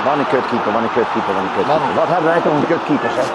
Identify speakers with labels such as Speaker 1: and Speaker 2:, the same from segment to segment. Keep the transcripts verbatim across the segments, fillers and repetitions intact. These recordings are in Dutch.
Speaker 1: Wat een kutkeeper, wat een kutkeeper, wat een kutkeeper. Wat hebben wij toch een kutkeeper, zeg.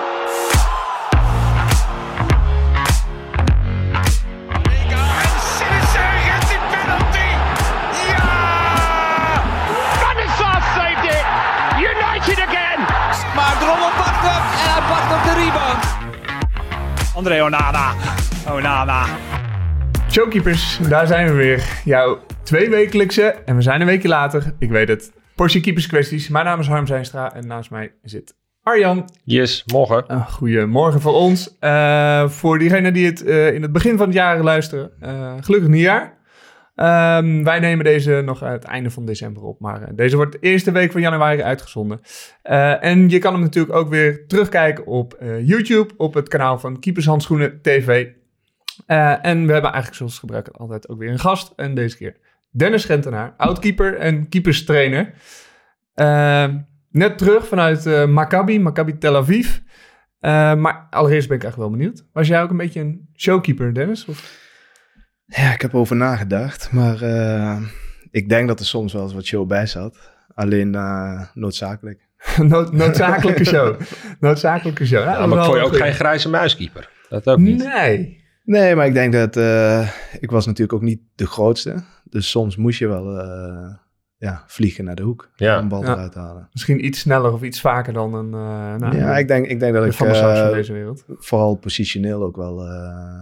Speaker 2: André Onana. Onana.
Speaker 3: Showkeepers, daar zijn we weer. Jouw tweewekelijkse, en we zijn een weekje later, ik weet het, Portie Keepers kwesties. Mijn naam is Harm Zijnstra en naast mij zit Arjan.
Speaker 4: Yes, morgen.
Speaker 3: Uh, goedemorgen voor ons. Uh, voor diegenen die het uh, in het begin van het jaar luisteren, uh, gelukkig nieuwjaar. Um, wij nemen deze nog aan het einde van december op, maar uh, deze wordt de eerste week van januari uitgezonden. Uh, en je kan hem natuurlijk ook weer terugkijken op uh, YouTube, op het kanaal van Keepershandschoenen T V. Uh, en we hebben eigenlijk zoals gebruikelijk altijd ook weer een gast. En deze keer Dennis Gentenaar, oud-keeper en keeperstrainer. Uh, net terug vanuit uh, Maccabi, Maccabi Tel Aviv. Uh, maar allereerst ben ik eigenlijk wel benieuwd. Was jij ook een beetje een showkeeper, Dennis? Of?
Speaker 5: Ja, ik heb over nagedacht, maar uh, ik denk dat er soms wel eens wat show bij zat. Alleen uh, noodzakelijk.
Speaker 3: Nood, noodzakelijke show. Noodzakelijke show. Ja,
Speaker 4: ja, maar ik vond je ook geen grijze muiskeeper. Dat ook niet.
Speaker 3: Nee.
Speaker 5: Nee, maar ik denk dat... Uh, ik was natuurlijk ook niet de grootste. Dus soms moest je wel uh, ja, vliegen naar de hoek.
Speaker 3: Ja.
Speaker 5: Om een bal
Speaker 3: ja.
Speaker 5: eruit te halen.
Speaker 3: Misschien iets sneller of iets vaker dan een... Uh, nou,
Speaker 5: ja, ik denk, ik denk dat
Speaker 3: de
Speaker 5: ik...
Speaker 3: Van der uh, van deze wereld.
Speaker 5: Vooral positioneel ook wel... Uh,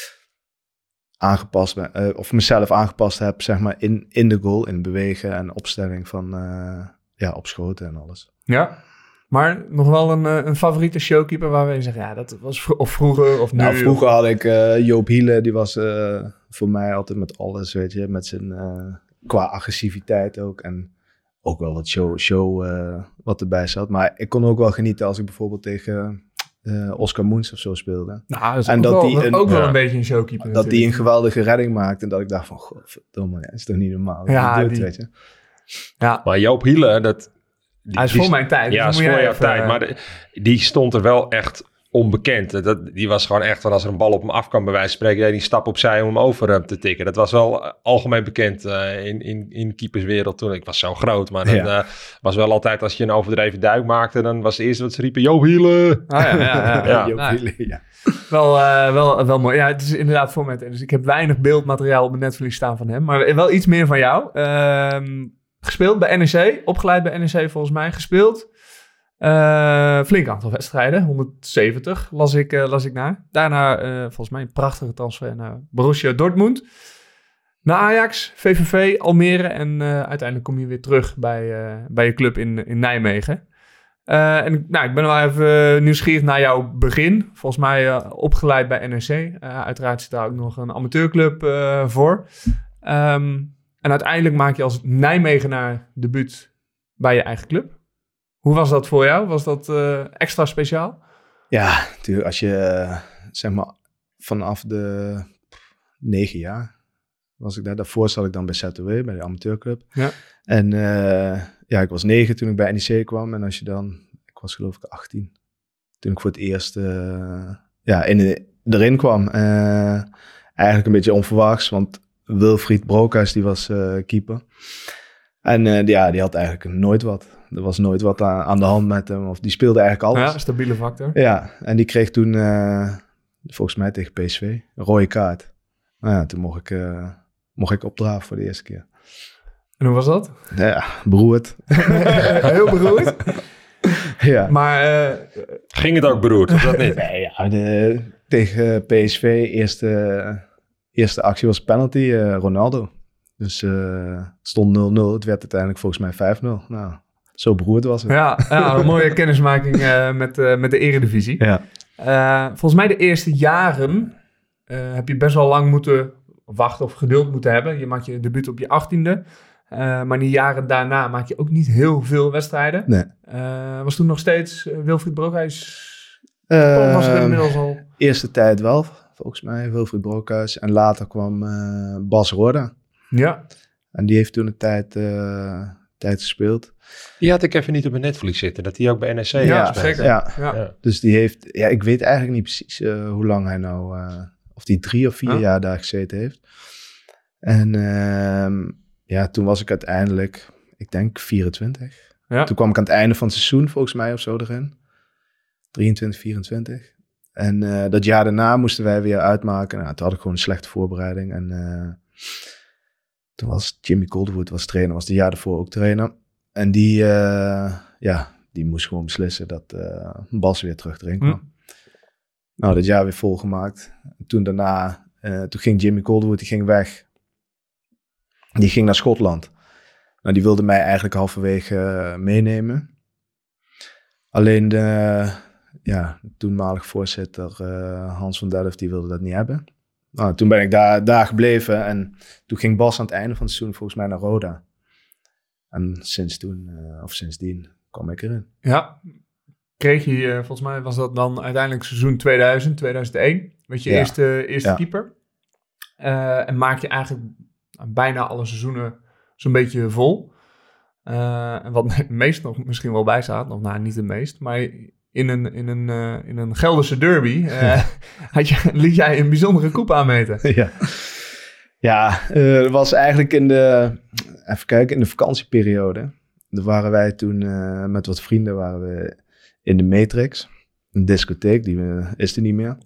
Speaker 5: aangepast ben, uh, of mezelf aangepast heb, zeg maar, in, in de goal, in bewegen en opstelling van, uh, ja, op schoten en alles.
Speaker 3: Ja, maar nog wel een, een favoriete showkeeper waar we zeggen, ja, dat was vro- of vroeger of nu.
Speaker 5: Nou, vroeger had ik uh, Joop Hiele, die was uh, voor mij altijd met alles, weet je, met zijn, uh, qua agressiviteit ook en ook wel wat show, show uh, wat erbij zat. Maar ik kon ook wel genieten als ik bijvoorbeeld tegen... Uh, Oscar Moens of zo speelde.
Speaker 3: Nou, dat is
Speaker 5: en
Speaker 3: ook,
Speaker 5: dat
Speaker 3: wel,
Speaker 5: die een,
Speaker 3: ook wel
Speaker 5: ja,
Speaker 3: een beetje een showkeeper.
Speaker 5: Dat hij een geweldige redding maakte en dat ik dacht van, godverdomme, dat is toch niet normaal.
Speaker 3: Ja,
Speaker 5: doet,
Speaker 3: die,
Speaker 5: weet je.
Speaker 3: Ja.
Speaker 4: Maar Joop Hiele, dat...
Speaker 3: Die, hij is voor mijn tijd.
Speaker 4: Ja,
Speaker 3: dus
Speaker 4: is voor jouw
Speaker 3: even,
Speaker 4: tijd. Maar de, die stond er wel echt onbekend. Dat, die was gewoon echt van als er een bal op hem af kan bij wijze van spreken, deed hij een stap opzij om hem over uh, te tikken. Dat was wel uh, algemeen bekend uh, in, in, in de keeperswereld toen. Ik was zo groot, maar dat ja. uh, was wel altijd als je een overdreven duik maakte, dan was het eerste wat ze riepen, Joop Hiele.
Speaker 3: Ah, ja, ja, ja. ja.
Speaker 5: Joop
Speaker 3: nou,
Speaker 5: Hiele, ja.
Speaker 3: Wel, uh, wel, wel mooi. Ja, het is inderdaad voor mij. Dus ik heb weinig beeldmateriaal op mijn netvlies staan van hem, maar wel iets meer van jou. Uh, gespeeld bij N E C, opgeleid bij N E C volgens mij, gespeeld. Uh, flink aantal wedstrijden, honderdzeventig las ik, uh, las ik na. Daarna uh, volgens mij een prachtige transfer naar Borussia Dortmund. Naar Ajax, V V V, Almere en uh, uiteindelijk kom je weer terug bij, uh, bij je club in, in Nijmegen. Uh, en nou, ik ben wel even nieuwsgierig naar jouw begin. Volgens mij uh, opgeleid bij N E C. Uh, uiteraard zit daar ook nog een amateurclub uh, voor. Um, en uiteindelijk maak je als Nijmegenaar debuut bij je eigen club. Hoe was dat voor jou? Was dat uh, extra speciaal?
Speaker 5: Ja, natuurlijk. Als je, uh, zeg maar, vanaf de negen jaar was ik daar. Daarvoor zat ik dan bij Z O W, bij de amateurclub.
Speaker 3: Ja.
Speaker 5: En uh, ja, ik was negen toen ik bij N E C kwam. En als je dan, ik was geloof ik achttien. Toen ik voor het eerst uh, ja, in de, erin kwam. Uh, eigenlijk een beetje onverwachts, want Wilfried Broekhuis, die was uh, keeper. En uh, ja, die had eigenlijk nooit wat. Er was nooit wat aan, aan de hand met hem. Of die speelde eigenlijk alles.
Speaker 3: Ja, stabiele factor.
Speaker 5: Ja, en die kreeg toen, uh, volgens mij tegen P S V, een rode kaart. Nou ja, toen mocht ik, uh, mocht ik opdraven voor de eerste keer.
Speaker 3: En hoe was dat?
Speaker 5: Ja, beroerd.
Speaker 3: Heel beroerd.
Speaker 5: Ja.
Speaker 3: Maar... Uh,
Speaker 4: ging het ook beroerd, of dat niet?
Speaker 5: Nee, ja, de, tegen P S V, eerste, eerste actie was penalty, uh, Ronaldo. Dus uh, het stond nul nul, het werd uiteindelijk volgens mij vijf nul. Nou, zo beroerd was het.
Speaker 3: Ja, ja een mooie kennismaking uh, met, uh, met de Eredivisie.
Speaker 5: Ja.
Speaker 3: Uh, volgens mij de eerste jaren uh, heb je best wel lang moeten wachten of geduld moeten hebben. Je maakt je debuut op je achttiende. Uh, maar die jaren daarna maak je ook niet heel veel wedstrijden.
Speaker 5: Nee.
Speaker 3: Uh, was toen nog steeds uh, Wilfried Broekhuis?
Speaker 5: Uh,
Speaker 3: was er inmiddels al?
Speaker 5: Eerste tijd wel, volgens mij, Wilfried Broekhuis. En later kwam uh, Bas Roorda.
Speaker 3: Ja.
Speaker 5: En die heeft toen een tijd, uh, tijd gespeeld.
Speaker 4: Die had ik even niet op mijn netvlies zitten, dat hij ook bij N E C
Speaker 3: ja,
Speaker 4: speelt.
Speaker 3: zeker.
Speaker 5: Ja.
Speaker 3: Ja.
Speaker 5: Ja. Dus die heeft, ja, ik weet eigenlijk niet precies uh, hoe lang hij nou, uh, of die drie of vier huh? jaar daar gezeten heeft. En uh, ja, toen was ik uiteindelijk, ik denk vierentwintig.
Speaker 3: Ja.
Speaker 5: Toen kwam ik aan het einde van het seizoen, volgens mij, of zo erin. drieëntwintig, vierentwintig. En uh, dat jaar daarna moesten wij weer uitmaken. Nou, toen had ik gewoon een slechte voorbereiding. En uh, toen was Jimmy Calderwood was trainer, was het jaar daarvoor ook trainer. En die, uh, ja, die moest gewoon beslissen dat uh, Bas weer terug erin kwam. Hm. Nou, dat jaar weer volgemaakt. Toen daarna, uh, toen ging Jimmy Calderwood, die ging weg. Die ging naar Schotland. Nou, die wilde mij eigenlijk halverwege uh, meenemen. Alleen de, ja, de toenmalige voorzitter uh, Hans van Delft, die wilde dat niet hebben. Nou, toen ben ik daar, daar gebleven en toen ging Bas aan het einde van het seizoen volgens mij naar Roda. En sinds toen, uh, of sindsdien, kwam ik erin.
Speaker 3: Ja, kreeg je, uh, volgens mij was dat dan uiteindelijk seizoen tweeduizend, tweeduizend één. Weet je, ja. eerste, eerste ja. keeper. Uh, en maak je eigenlijk bijna alle seizoenen zo'n beetje vol. Uh, en wat het meest nog misschien wel bij staat, of nou niet het meest, maar in een, in een, uh, in een Gelderse derby uh, had je, liet jij een bijzondere koep aanmeten.
Speaker 5: Ja, ja uh, dat was eigenlijk in de, even kijken, in de vakantieperiode. Daar waren wij toen uh, met wat vrienden waren we in de Matrix, een discotheek, die uh, is er niet meer.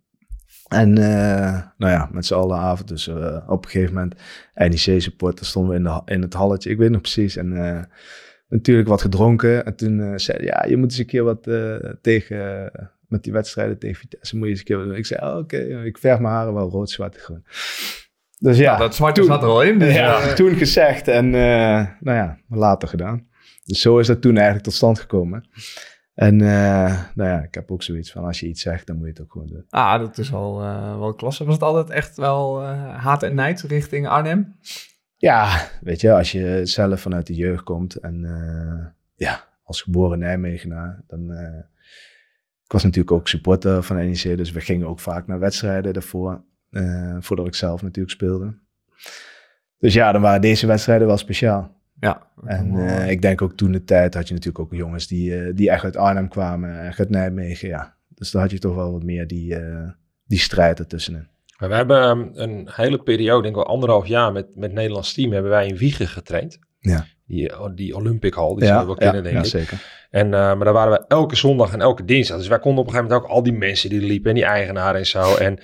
Speaker 5: En uh, nou ja, met z'n allen avond, dus uh, op een gegeven moment N E C-supporter stonden we in, de, in het halletje, ik weet nog precies. En uh, natuurlijk wat gedronken. En toen uh, zei hij, ja, je moet eens een keer wat uh, tegen, uh, met die wedstrijden tegen Vitesse, moet je eens een keer wat doen. Ik zei, oh, oké, okay, ik verf mijn haren wel rood, zwart en groen. Dus ja.
Speaker 3: Nou, dat zwarte zat er al in. Dus
Speaker 5: ja,
Speaker 3: uh,
Speaker 5: toen gezegd en uh, nou ja, later gedaan. Dus zo is dat toen eigenlijk tot stand gekomen. En uh, nou ja, ik heb ook zoiets van, als je iets zegt, dan moet je het ook gewoon doen.
Speaker 3: Ah, dat is wel, uh, wel klasse. Was het altijd echt wel uh, haat en nijd richting Arnhem?
Speaker 5: Ja, weet je, als je zelf vanuit de jeugd komt en uh, ja, als geboren Nijmegenaar, dan... Uh, ik was natuurlijk ook supporter van N E C, dus we gingen ook vaak naar wedstrijden daarvoor, uh, voordat ik zelf natuurlijk speelde. Dus ja, dan waren deze wedstrijden wel speciaal.
Speaker 3: Ja.
Speaker 5: En uh, ik denk ook toen de tijd had je natuurlijk ook jongens die, uh, die echt uit Arnhem kwamen, echt uit Nijmegen, ja. Dus daar had je toch wel wat meer die, uh, die strijd ertussenin.
Speaker 4: Maar we hebben um, een hele periode, denk ik wel anderhalf jaar met, met het Nederlands team, hebben wij in Wiegen getraind.
Speaker 5: Ja.
Speaker 4: Die, die Olympic Hall, die
Speaker 5: ja,
Speaker 4: zullen we wel kennen,
Speaker 5: ja,
Speaker 4: denk
Speaker 5: ja,
Speaker 4: ik.
Speaker 5: Zeker.
Speaker 4: En, uh, maar daar waren we elke zondag en elke dinsdag. Dus wij konden op een gegeven moment ook al die mensen die liepen en die eigenaren en zo. En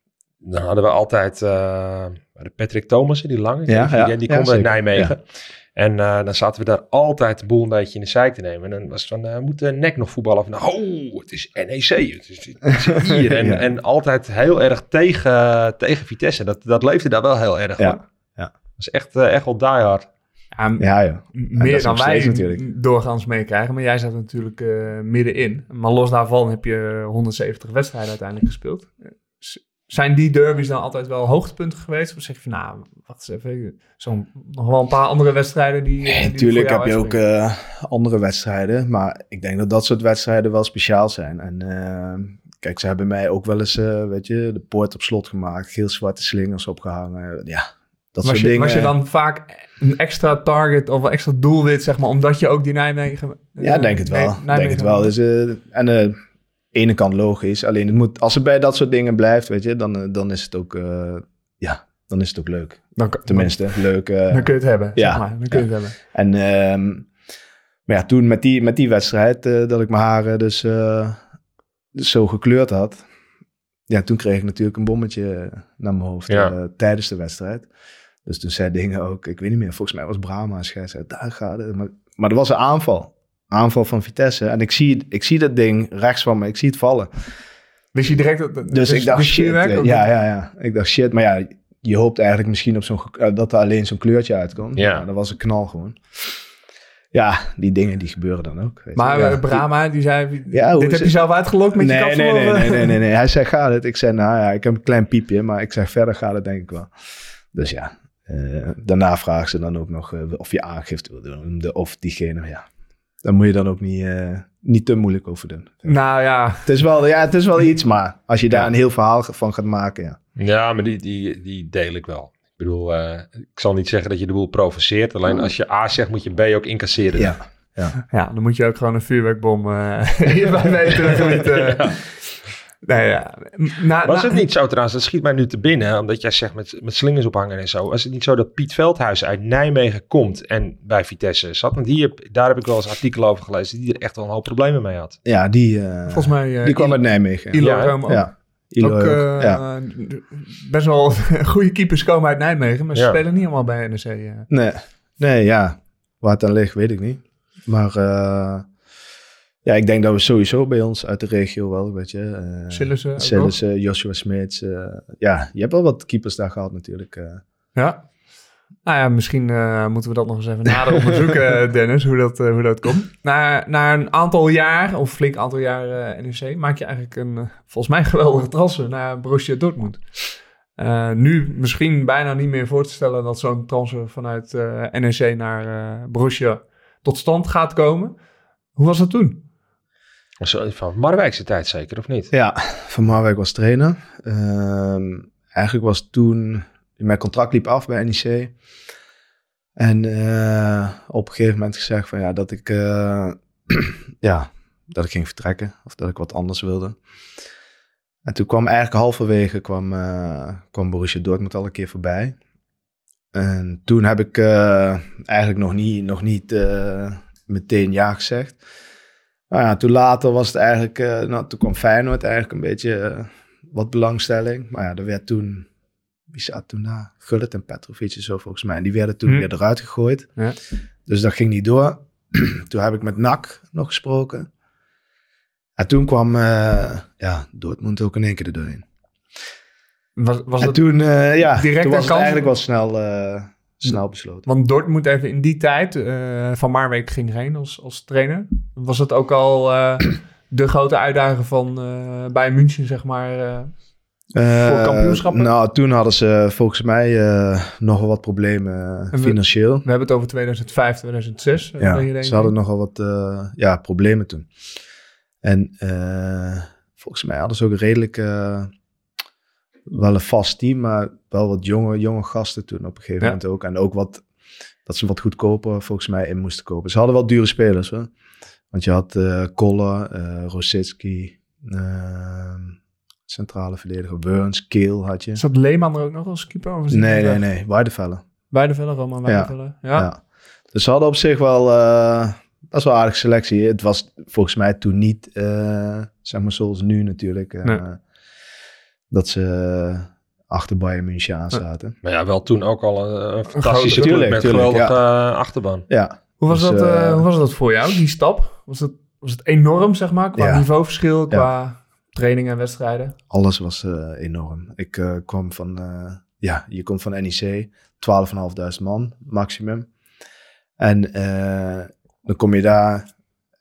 Speaker 4: dan hadden we altijd uh, de Patrick Thomassen, die lange,
Speaker 5: ja,
Speaker 4: die,
Speaker 5: ja,
Speaker 4: die, die
Speaker 5: ja,
Speaker 4: komt uit
Speaker 5: zeker.
Speaker 4: Nijmegen.
Speaker 5: Ja.
Speaker 4: En uh, dan zaten we daar altijd de boel een beetje in de zeik te nemen. En dan was het van, uh, moet de nek nog voetballen? Of nou, oh, het is N E C, het is, het is hier. En, ja. en altijd heel erg tegen, tegen Vitesse. Dat, dat leefde daar wel heel erg.
Speaker 5: Ja. Ja.
Speaker 4: Dat is echt, uh, echt wel diehard.
Speaker 3: Ja,
Speaker 5: ja, ja.
Speaker 3: Meer
Speaker 5: ja,
Speaker 3: dan wij
Speaker 5: natuurlijk.
Speaker 3: doorgaans meekrijgen. Maar jij zat natuurlijk uh, middenin. Maar los daarvan heb je honderdzeventig wedstrijden uiteindelijk gespeeld. Zijn die derbies dan altijd wel hoogtepunten geweest? Of zeg je van, nou, wacht eens even. Zo, nog wel een paar andere wedstrijden die...
Speaker 5: Nee,
Speaker 3: die
Speaker 5: natuurlijk heb je ook uh, andere wedstrijden. Maar ik denk dat dat soort wedstrijden wel speciaal zijn. En uh, kijk, ze hebben mij ook wel eens, uh, weet je, de poort op slot gemaakt. Geel-zwarte slingers opgehangen. Ja, dat
Speaker 3: was
Speaker 5: soort
Speaker 3: je,
Speaker 5: dingen.
Speaker 3: Was je dan vaak een extra target of een extra doelwit, zeg maar, omdat je ook die Nijmegen... Uh,
Speaker 5: ja, denk het wel.
Speaker 3: Nijmegen
Speaker 5: denk het wel. Dus, uh, en... Uh, ene kant logisch, alleen het moet, als het bij dat soort dingen blijft, weet je, dan, dan is het ook, uh, ja, dan is het ook leuk. Dan, Tenminste, dan, leuk. Uh,
Speaker 3: dan kun je het hebben,
Speaker 5: ja,
Speaker 3: zeg maar. Dan kun je
Speaker 5: ja.
Speaker 3: het hebben.
Speaker 5: En, um, maar ja, toen met die, met die wedstrijd, uh, dat ik mijn haren dus, uh, dus zo gekleurd had, ja, toen kreeg ik natuurlijk een bommetje naar mijn hoofd ja. uh, tijdens de wedstrijd. Dus toen zei dingen ook, ik weet niet meer, volgens mij was Brahma, scheidsrechter, daar gaat het. Maar, maar er was een aanval. Aanval van Vitesse. En ik zie, ik zie dat ding rechts van me. Ik zie het vallen.
Speaker 3: Wist je direct... Dat,
Speaker 5: dus,
Speaker 3: dus
Speaker 5: ik dacht, shit. Ja, ja, ja. Ik dacht, shit. Maar ja, je hoopt eigenlijk misschien op zo'n, dat er alleen zo'n kleurtje uitkomt.
Speaker 4: Ja.
Speaker 5: Nou, dat was een knal gewoon. Ja, die dingen die gebeuren dan ook. Weet
Speaker 3: maar
Speaker 5: ja,
Speaker 3: Brahma, die zei...
Speaker 5: Ja,
Speaker 3: dit heb je zelf uitgelokt met
Speaker 5: nee,
Speaker 3: je kapsel?
Speaker 5: Nee nee, nee, nee, nee, nee. Hij zei, gaat het? Ik zei, nou ja, ik heb een klein piepje. Maar ik zeg, verder gaat het denk ik wel. Dus ja, uh, daarna vragen ze dan ook nog uh, of je aangifte wil doen. Of diegene, ja. Daar moet je dan ook niet, uh, niet te moeilijk over doen.
Speaker 3: Nou ja.
Speaker 5: Het is wel, ja, het is wel iets, maar als je daar ja. een heel verhaal van gaat maken, ja.
Speaker 4: Ja, maar die, die, die deel ik wel. Ik bedoel, uh, ik zal niet zeggen dat je de boel provoceert. Alleen als je A zegt, moet je B ook incasseren.
Speaker 5: Ja, ja.
Speaker 3: ja dan moet je ook gewoon een vuurwerkbom uh, hierbij weten. Uh, ja. Nee, ja. Na,
Speaker 4: Was
Speaker 3: na-
Speaker 4: het niet zo trouwens, dat schiet mij nu te binnen, omdat jij zegt met, met slingers ophangen en zo. Was het niet zo dat Piet Veldhuis uit Nijmegen komt en bij Vitesse zat? Want die heb, daar heb ik wel eens artikelen over gelezen, die er echt wel een hoop problemen mee had.
Speaker 5: Ja, die, uh,
Speaker 3: Volgens mij... Uh,
Speaker 5: die kwam uit Nijmegen.
Speaker 3: Ilo
Speaker 4: Ja,
Speaker 3: Room ook.
Speaker 5: Ja, Ilo
Speaker 3: ook
Speaker 5: ook,
Speaker 3: uh,
Speaker 5: ja.
Speaker 3: best wel goede keepers komen uit Nijmegen, maar ze
Speaker 4: Ja.
Speaker 3: spelen niet allemaal bij N E C. Uh.
Speaker 5: Nee, nee, ja. Waar het aan ligt, weet ik niet. Maar uh, ja, ik denk dat we sowieso bij ons uit de regio wel, weet je. Uh,
Speaker 3: Sillissen ook nog?
Speaker 5: Sillissen, Joshua Smeets. Uh, ja, je hebt wel wat keepers daar gehad natuurlijk. Uh.
Speaker 3: Ja. Nou ja, misschien uh, moeten we dat nog eens even nader onderzoeken, Dennis, hoe dat, uh, hoe dat komt. Na, na een aantal jaar, of flink aantal jaar uh, N E C, maak je eigenlijk een, uh, volgens mij, geweldige transfer naar Borussia Dortmund. Uh, nu misschien bijna niet meer voor te stellen dat zo'n transfer vanuit uh, N E C naar uh, Borussia tot stand gaat komen. Hoe was dat toen?
Speaker 4: Was dat van Marwijkse tijd zeker, of niet?
Speaker 5: Ja, Van Marwijk was trainer. Uh, eigenlijk was toen... Mijn contract liep af bij N E C. En uh, op een gegeven moment gezegd van ja, dat ik, uh, ja, dat ik ging vertrekken. Of dat ik wat anders wilde. En toen kwam eigenlijk halverwege kwam, uh, kwam Borussia Dortmund al een keer voorbij. En toen heb ik uh, eigenlijk nog niet, nog niet uh, meteen ja gezegd. Nou ja, toen later was het eigenlijk, uh, nou, toen kwam Feyenoord eigenlijk een beetje uh, wat belangstelling. Maar ja, er werd toen... Wie zat toen daar? Gullit en Petrovic en zo volgens mij. En die werden toen hmm. weer eruit gegooid. Ja. Dus dat ging niet door. Toen heb ik met N A C nog gesproken. En toen kwam uh, ja, Dortmund ook in één keer er doorheen.
Speaker 3: Was, was
Speaker 5: en
Speaker 3: dat
Speaker 5: toen, uh, ja,
Speaker 3: direct
Speaker 5: toen was het
Speaker 3: kans?
Speaker 5: eigenlijk wel snel, uh, snel besloten.
Speaker 3: Want Dortmund even in die tijd, uh, Van Marwijk ging heen als, als trainer. Was het ook al uh, de grote uitdaging van uh, Bayern München, zeg maar... Uh,
Speaker 5: Uh,
Speaker 3: voor kampioenschappen?
Speaker 5: Nou, toen hadden ze volgens mij uh, nog wel wat problemen uh, financieel.
Speaker 3: We, we hebben het over tweeduizend vijf, tweeduizend zes.
Speaker 5: Ja, je ze hadden nogal wat uh, ja, problemen toen. En uh, volgens mij hadden ze ook redelijk uh, wel een vast team, maar wel wat jonge, jonge gasten toen op een gegeven ja. moment ook. En ook wat, dat ze wat goedkoper volgens mij in moesten kopen. Ze hadden wel dure spelers hoor. Want je had uh, Koller, uh, Rosicki... Uh, centrale verdediger, Wurns, Keel had je.
Speaker 3: Zat Leeman er ook nog als keeper? Of
Speaker 5: nee, nee, nee, Weidevelder.
Speaker 3: Weidevelder, Roman Weidevelder. Ja. Ja.
Speaker 5: ja. Dus ze hadden op zich wel, uh, dat is wel een aardige selectie. Het was volgens mij toen niet, uh, zeg maar zoals nu natuurlijk, uh, nee. dat ze achter Bayern München aan zaten.
Speaker 4: Ja. Maar ja, wel toen ook al een, een fantastische club met een geweldige ja. achterban.
Speaker 5: Ja.
Speaker 3: Hoe was, dus, dat, uh, uh, hoe was dat voor jou, die stap? Was het, was het enorm, zeg maar, qua ja. niveauverschil, qua... Ja. Trainingen en wedstrijden? Alles
Speaker 5: was uh, enorm. Ik uh, kwam van, uh, ja, je komt van N E C, twaalf vijftienhonderd man maximum. En uh, dan kom je daar,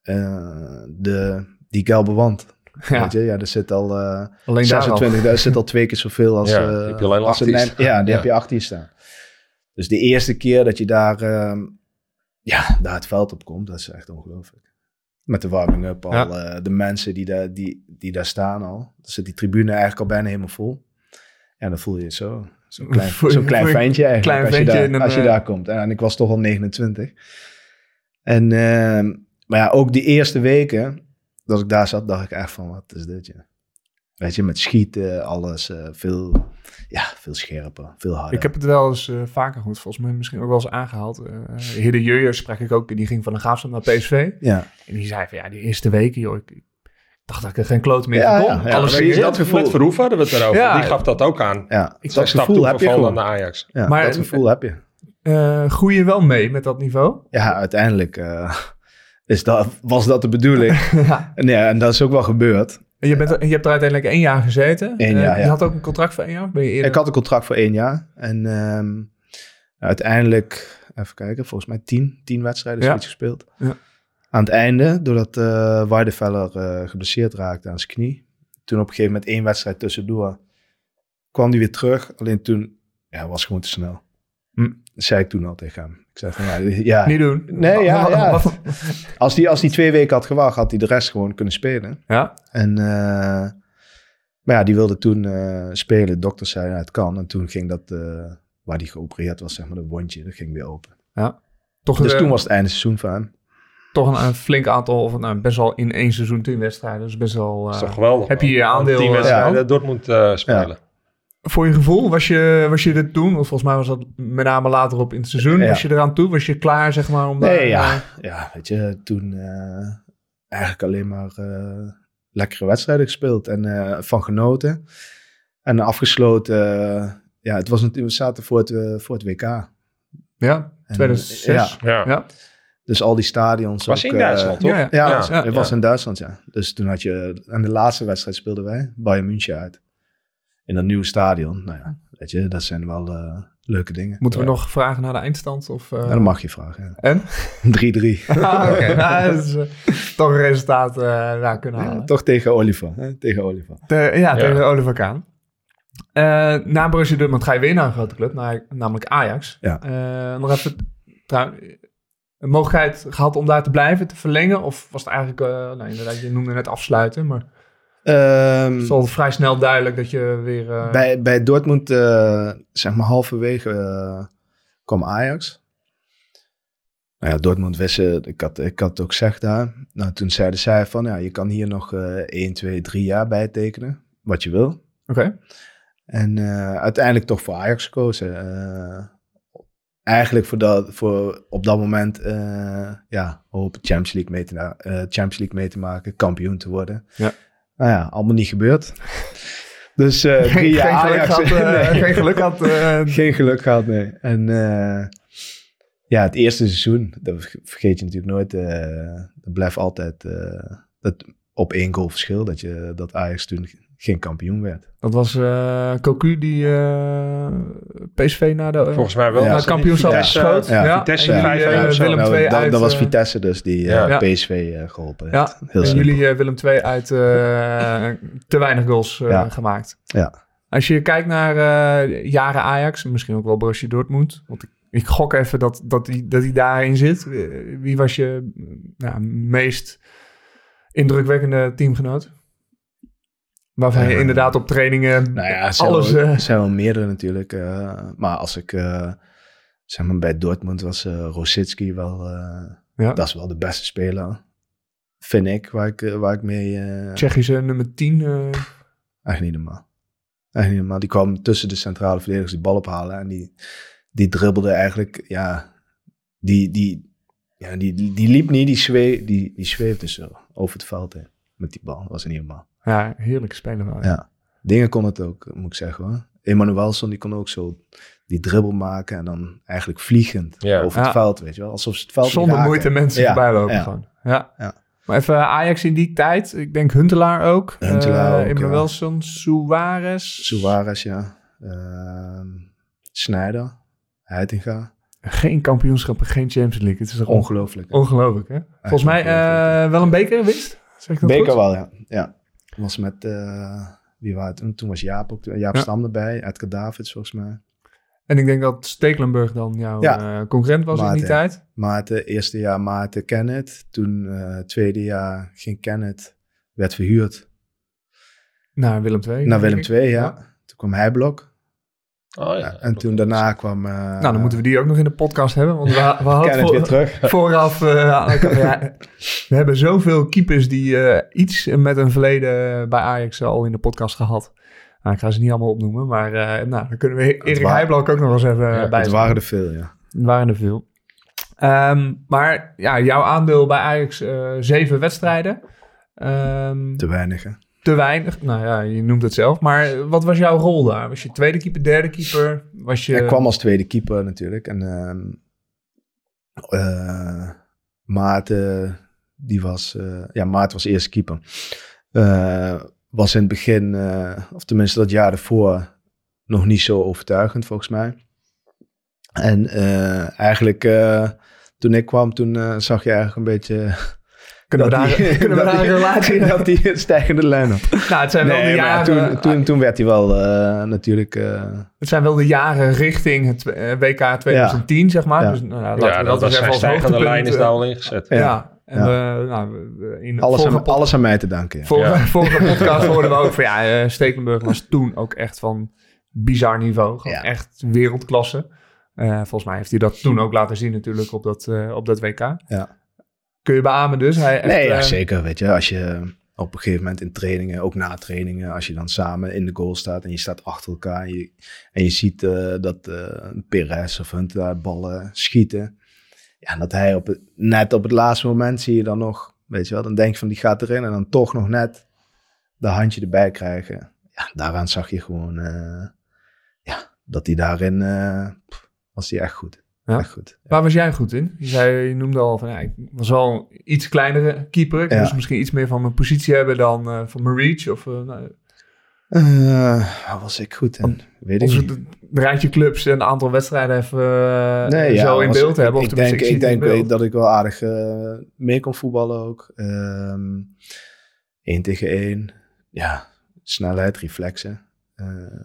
Speaker 5: uh, de, die gelbe wand. Ja. Weet je? Ja, er zit al uh, zesentwintig, daar zit al twee keer zoveel als...
Speaker 4: Ja, uh, heb je alleen
Speaker 5: als een, ja, die ja. heb je achter je staan. Dus de eerste keer dat je daar, uh, ja, daar het veld op komt, dat is echt ongelooflijk. Met de warming-up al, ja. uh, de mensen die daar, die, die daar staan al. Dan zit die tribune eigenlijk al bijna helemaal vol. En dan voel je het zo. Zo'n klein, zo'n klein ventje eigenlijk, klein als, ventje je daar, een, als je daar komt. En ik was toch al negenentwintig. En, uh, maar ja, ook die eerste weken dat ik daar zat, dacht ik echt van, wat is dit? Ja? Weet je, met schieten, alles, uh, veel, ja, veel scherper, veel harder.
Speaker 3: Ik heb het wel eens uh, vaker goed, volgens mij misschien ook wel eens aangehaald. Uh, Hidde Jurjer sprak ik ook, die ging van de Graafschap naar P S V.
Speaker 5: Ja.
Speaker 3: En die zei van, ja, die eerste weken, joh, ik dacht dat ik er geen kloot meer
Speaker 5: ja,
Speaker 3: van kon.
Speaker 5: Ja, ja,
Speaker 3: Alles
Speaker 4: ja, dat gevoel. Met Verhoeven hadden we het erover. Ja, die gaf dat ook aan.
Speaker 5: Ja,
Speaker 4: ik dat gevoel heb je gewoon. Naar Ajax.
Speaker 5: Ja, maar dat gevoel heb je.
Speaker 3: Uh, groei je wel mee met dat niveau?
Speaker 5: Ja, uiteindelijk uh, is dat, was dat de bedoeling. ja. En, ja, en dat is ook wel gebeurd.
Speaker 3: En je, bent, je hebt er uiteindelijk één jaar gezeten.
Speaker 5: Eén jaar, uh,
Speaker 3: je
Speaker 5: ja.
Speaker 3: had ook een contract voor één jaar? Ben je eerder...
Speaker 5: Ik had een contract voor één jaar. En um, uiteindelijk, even kijken, volgens mij tien, tien wedstrijden ja. gespeeld. Ja. Aan het einde, doordat uh, Weidevelder uh, geblesseerd raakte aan zijn knie. Toen op een gegeven moment één wedstrijd tussendoor. Kwam hij weer terug. Alleen toen ja, was gewoon te snel. Hm. Dat zei ik toen al tegen hem. Ik zei van ja... ja
Speaker 3: niet doen.
Speaker 5: Nee, ja, ja. Als hij als die twee weken had gewacht, had hij de rest gewoon kunnen spelen.
Speaker 3: Ja.
Speaker 5: En, uh, maar ja, die wilde toen uh, spelen. De dokter zei, nou, het kan. En toen ging dat, uh, waar hij geopereerd was, zeg maar, dat wondje, dat ging weer open.
Speaker 3: Ja. Toch
Speaker 5: dus
Speaker 3: uh,
Speaker 5: toen was het einde seizoen voor hem.
Speaker 3: Toch toch een, een flink aantal, of nou, best wel in één seizoen tien wedstrijden. Dus best wel...
Speaker 4: Dat
Speaker 3: Uh,
Speaker 4: is toch geweldig.
Speaker 3: heb je je aandeel...
Speaker 4: Tien
Speaker 3: Uh,
Speaker 4: wedstrijden
Speaker 3: ja.
Speaker 4: Dortmund uh, spelen.
Speaker 3: Ja. Voor je gevoel, was je, was je er toen, of volgens mij was dat met name later op in het seizoen,
Speaker 5: Ja.
Speaker 3: was je eraan toe? Was je klaar, zeg maar, om
Speaker 5: Nee,
Speaker 3: daar...
Speaker 5: ja.
Speaker 3: Uh,
Speaker 5: ja, weet je, toen uh, eigenlijk alleen maar uh, lekkere wedstrijden gespeeld en uh, van genoten. En afgesloten, uh, ja, het was natuurlijk, we zaten voor het, uh, voor het W K.
Speaker 3: Ja, tweeduizend zes.
Speaker 5: Ja.
Speaker 4: Ja.
Speaker 3: ja.
Speaker 5: Dus al die stadions.
Speaker 4: Was
Speaker 5: ook,
Speaker 4: in Duitsland,
Speaker 5: uh,
Speaker 4: toch?
Speaker 3: Ja,
Speaker 5: Ja,
Speaker 3: ja,
Speaker 5: het
Speaker 3: ja,
Speaker 5: was
Speaker 4: ja.
Speaker 5: in Duitsland, ja. Dus toen had je, en de laatste wedstrijd speelden wij, Bayern München uit. In dat nieuwe stadion. Nou ja, weet je, dat zijn wel uh, leuke dingen.
Speaker 3: Moeten we
Speaker 4: Ja.
Speaker 3: nog vragen naar de eindstand? Of, uh...
Speaker 5: Ja, dat mag je vragen. Ja.
Speaker 3: En?
Speaker 5: drie drie.
Speaker 3: Ah, oké. Okay. Nou, dat is uh, toch een resultaat uh, daar kunnen halen.
Speaker 5: Ja, toch tegen Oliver. Hè? Tegen Oliver.
Speaker 3: De, ja,
Speaker 4: Ja.
Speaker 3: tegen Oliver Kahn. Uh, na Borussia Dortmund ga je weer naar een grote club, naar, namelijk Ajax.
Speaker 5: Ja.
Speaker 3: Uh, nog even trouw, een mogelijkheid gehad om daar te blijven, te verlengen? Of was het eigenlijk, uh, nou inderdaad, je noemde net afsluiten, maar
Speaker 5: Um,
Speaker 3: het is al vrij snel duidelijk dat je weer... Uh,
Speaker 5: bij, bij Dortmund, uh, zeg maar halverwege, uh, kwam Ajax. Nou ja, Dortmund wist, uh, ik, had, ik had het ook gezegd daar. Nou, toen zeiden zij van, ja, je kan hier nog uh, één, twee, drie jaar bij tekenen, wat je wil.
Speaker 3: Oké. Okay.
Speaker 5: En uh, uiteindelijk toch voor Ajax gekozen. Uh, eigenlijk voor dat, voor op dat moment, uh, ja, hopen Champions League mee te, uh, Champions League mee te maken, kampioen te worden.
Speaker 3: Ja.
Speaker 5: Nou ja, allemaal niet gebeurd. Dus uh, drie
Speaker 3: geen,
Speaker 5: jaar
Speaker 3: geen,
Speaker 5: Ajax.
Speaker 3: geluk had, uh,
Speaker 5: nee.
Speaker 3: geen geluk had. Uh,
Speaker 5: geen geluk gehad, nee. En uh, ja, het eerste seizoen, dat vergeet je natuurlijk nooit. Uh, dat blijft altijd uh, dat op één goal verschil, dat, je, dat Ajax toen geen kampioen werd.
Speaker 3: Dat was uh, Cocu die uh, P S V naar de uh,
Speaker 4: Volgens mij wel.
Speaker 3: naar het kampioenschap
Speaker 4: Vitesse,
Speaker 3: schoot.
Speaker 5: ja,
Speaker 3: ja,
Speaker 4: Vitesse
Speaker 3: en
Speaker 4: vijf
Speaker 3: jullie,
Speaker 4: één
Speaker 3: uh,
Speaker 4: of zo.
Speaker 3: Willem
Speaker 5: Nou,
Speaker 3: twee
Speaker 5: dat,
Speaker 3: uit...
Speaker 5: dat was
Speaker 3: uh,
Speaker 5: Vitesse dus die uh,
Speaker 4: Ja.
Speaker 5: P S V uh, geholpen heeft.
Speaker 3: Ja,
Speaker 5: Heel
Speaker 3: en
Speaker 5: simpel.
Speaker 3: jullie uh, Willem twee uit uh, te weinig goals uh,
Speaker 5: Ja.
Speaker 3: gemaakt.
Speaker 5: Ja.
Speaker 3: Als je kijkt naar uh, jaren Ajax, misschien ook wel Borussia Dortmund, want ik, ik gok even dat, dat, die, dat die daarin zit. Uh, wie was je nou, meest indrukwekkende teamgenoot? Waarvan je
Speaker 5: Uh,
Speaker 3: inderdaad op trainingen
Speaker 5: Nou ja, er zijn,
Speaker 3: alles...
Speaker 5: wel,
Speaker 3: Uh,
Speaker 5: er zijn wel meerdere natuurlijk. Uh, maar als ik, uh, zeg maar bij Dortmund was uh, Rosicki wel, uh,
Speaker 3: ja.
Speaker 5: dat is wel de beste speler. Vind ik, waar ik, uh, waar ik mee... Uh,
Speaker 3: Tsjechische nummer tien. Uh,
Speaker 5: Echt niet normaal. Echt niet normaal. Die kwam tussen de centrale verdedigers die bal ophalen. En die, die dribbelde eigenlijk, ja... Die, die, ja, die, die, die liep niet, die, zwee, die, die zweefde zo over het veld heen. Met die bal, dat was niet normaal.
Speaker 3: ja, heerlijke speler wel.
Speaker 5: Ja, dingen kon het ook, moet ik zeggen hoor. Emmanuelson, die kon ook zo die dribbel maken en dan eigenlijk vliegend
Speaker 4: Ja.
Speaker 5: over het
Speaker 3: Ja.
Speaker 5: veld, weet je wel. Alsof ze het veld niet
Speaker 3: Zonder
Speaker 5: raken.
Speaker 3: moeite mensen
Speaker 5: Ja,
Speaker 3: voorbij lopen
Speaker 5: ja.
Speaker 3: gewoon. Ja.
Speaker 5: Ja.
Speaker 3: Maar even Ajax in die tijd. Ik denk Huntelaar ook.
Speaker 5: Huntelaar
Speaker 3: uh,
Speaker 5: ook,
Speaker 3: Emmanuelson, Suarez.
Speaker 5: Suarez, ja. Uh, Sneijder, Heitinga.
Speaker 3: Geen kampioenschappen, geen Champions League. Het is toch
Speaker 5: Ongelooflijk. hè?
Speaker 3: ongelooflijk, hè? Volgens mij uh, wel een bekerwinst. Zeg ik dat
Speaker 5: Beker
Speaker 3: goed?
Speaker 5: wel, ja. ja. Was met, uh, wie waren het? Toen was Jaap ook, Jaap
Speaker 3: Ja.
Speaker 5: Stam erbij, Edgar Davids volgens mij.
Speaker 3: En ik denk dat Stekelenburg dan jouw
Speaker 5: Ja.
Speaker 3: uh, concurrent was in die
Speaker 5: Maarten.
Speaker 3: tijd.
Speaker 5: Maarten, eerste jaar Maarten Kenneth. Toen uh, tweede jaar ging Kenneth, werd verhuurd
Speaker 3: Naar Willem twee.
Speaker 5: naar
Speaker 3: denk
Speaker 5: Willem
Speaker 3: ik.
Speaker 5: twee, ja. Toen kwam Heijblok.
Speaker 4: Oh, ja.
Speaker 5: Ja, en toen daarna kwam... Uh,
Speaker 3: Nou, dan moeten we die ook nog in de podcast hebben. Want we, we hadden
Speaker 5: Kenneth
Speaker 3: voor-
Speaker 5: weer terug.
Speaker 3: vooraf... Uh, aan elkaar- ja, we hebben zoveel keepers die uh, iets met een verleden bij Ajax al in de podcast gehad. Nou, ik ga ze niet allemaal opnoemen. Maar uh, nou, dan kunnen we Erik
Speaker 5: wa-
Speaker 3: Heijblok ook nog eens even
Speaker 4: Ja,
Speaker 3: bij
Speaker 5: Het
Speaker 3: zijn.
Speaker 5: waren er veel, ja.
Speaker 3: Er waren er veel. Um, maar ja, jouw aandeel bij Ajax, uh, zeven wedstrijden. Um,
Speaker 5: Te weinig, hè.
Speaker 3: te weinig. Nou ja, je noemt het zelf. Maar wat was jouw rol daar? Was je tweede keeper, derde keeper? Was je...
Speaker 5: Ik kwam als tweede keeper natuurlijk. En uh, uh, Maarten, die was... Uh, ja, Maarten was eerste keeper. Uh, was in het begin, uh, of tenminste dat jaar ervoor, nog niet zo overtuigend volgens mij. En uh, eigenlijk, uh, toen ik kwam, toen uh, zag je eigenlijk een beetje...
Speaker 3: Kunnen we
Speaker 5: dat
Speaker 3: daar,
Speaker 5: die-
Speaker 3: kunnen we
Speaker 5: dat
Speaker 3: daar een
Speaker 5: die-
Speaker 3: relatie in
Speaker 5: Dat hij een stijgende lijn had.
Speaker 3: Nou, het zijn wel de
Speaker 5: Nee, maar
Speaker 3: jaren...
Speaker 5: toen, toen, toen werd hij wel uh, natuurlijk... Uh,
Speaker 3: Het zijn wel de jaren richting het uh, W K twintig tien, zeg maar.
Speaker 5: Ja.
Speaker 3: Dus, nou, laten
Speaker 4: Ja,
Speaker 3: we
Speaker 4: dat
Speaker 3: eens
Speaker 4: was
Speaker 3: even
Speaker 4: zijn
Speaker 3: als
Speaker 4: stijgende
Speaker 3: hoogtepunt,
Speaker 4: lijn is
Speaker 3: uh,
Speaker 4: daar al ingezet.
Speaker 3: Ja,
Speaker 5: Ja.
Speaker 3: en
Speaker 5: Ja.
Speaker 3: we, nou, we- in
Speaker 5: alles,
Speaker 3: vorige
Speaker 5: aan,
Speaker 3: pod-
Speaker 5: alles aan mij te danken. Ja.
Speaker 3: vorige,
Speaker 4: Ja.
Speaker 3: vorige podcast hoorden we ook van ja, uh, Stekelenburg was toen ook echt van bizar niveau. Gewoon
Speaker 5: Ja.
Speaker 3: echt wereldklasse. Uh, volgens mij heeft hij dat toen ook laten zien natuurlijk op dat, uh, op dat W K.
Speaker 5: Ja.
Speaker 3: kun je beamen dus. Hij echt,
Speaker 5: nee, ja,
Speaker 3: uh,
Speaker 5: zeker. Weet je, als je op een gegeven moment in trainingen, ook na trainingen, als je dan samen in de goal staat en je staat achter elkaar en je, en je ziet uh, dat uh, Perez of Huntelaar ballen schieten. Ja, en dat hij op het, net op het laatste moment zie je dan nog, weet je wel, dan denk je van die gaat erin en dan toch nog net de handje erbij krijgen. Ja, daaraan zag je gewoon, uh, ja, dat hij daarin, uh, pff, was hij echt goed.
Speaker 3: Ja.
Speaker 5: Echt goed. Ja.
Speaker 3: Waar was jij goed in? Je, zei, je noemde al van, ja, ik was wel een iets kleinere keeper. Ik
Speaker 5: Ja.
Speaker 3: moest misschien iets meer van mijn positie hebben dan uh, van mijn reach. Of, uh, nou,
Speaker 5: Uh, waar was ik goed in? Weet ik
Speaker 3: of
Speaker 5: niet.
Speaker 3: het rijtje clubs en een aantal wedstrijden even uh,
Speaker 5: Nee, ja,
Speaker 3: zo in
Speaker 5: was-
Speaker 3: beeld hebben.
Speaker 5: Ik,
Speaker 3: Of
Speaker 5: ik
Speaker 3: tenminste,
Speaker 5: denk,
Speaker 3: zie
Speaker 5: ik
Speaker 3: het in
Speaker 5: denk
Speaker 3: beeld.
Speaker 5: weet dat ik wel aardig uh, mee kon voetballen ook. Um, Eén tegen één. Ja, snelheid, reflexen. Uh,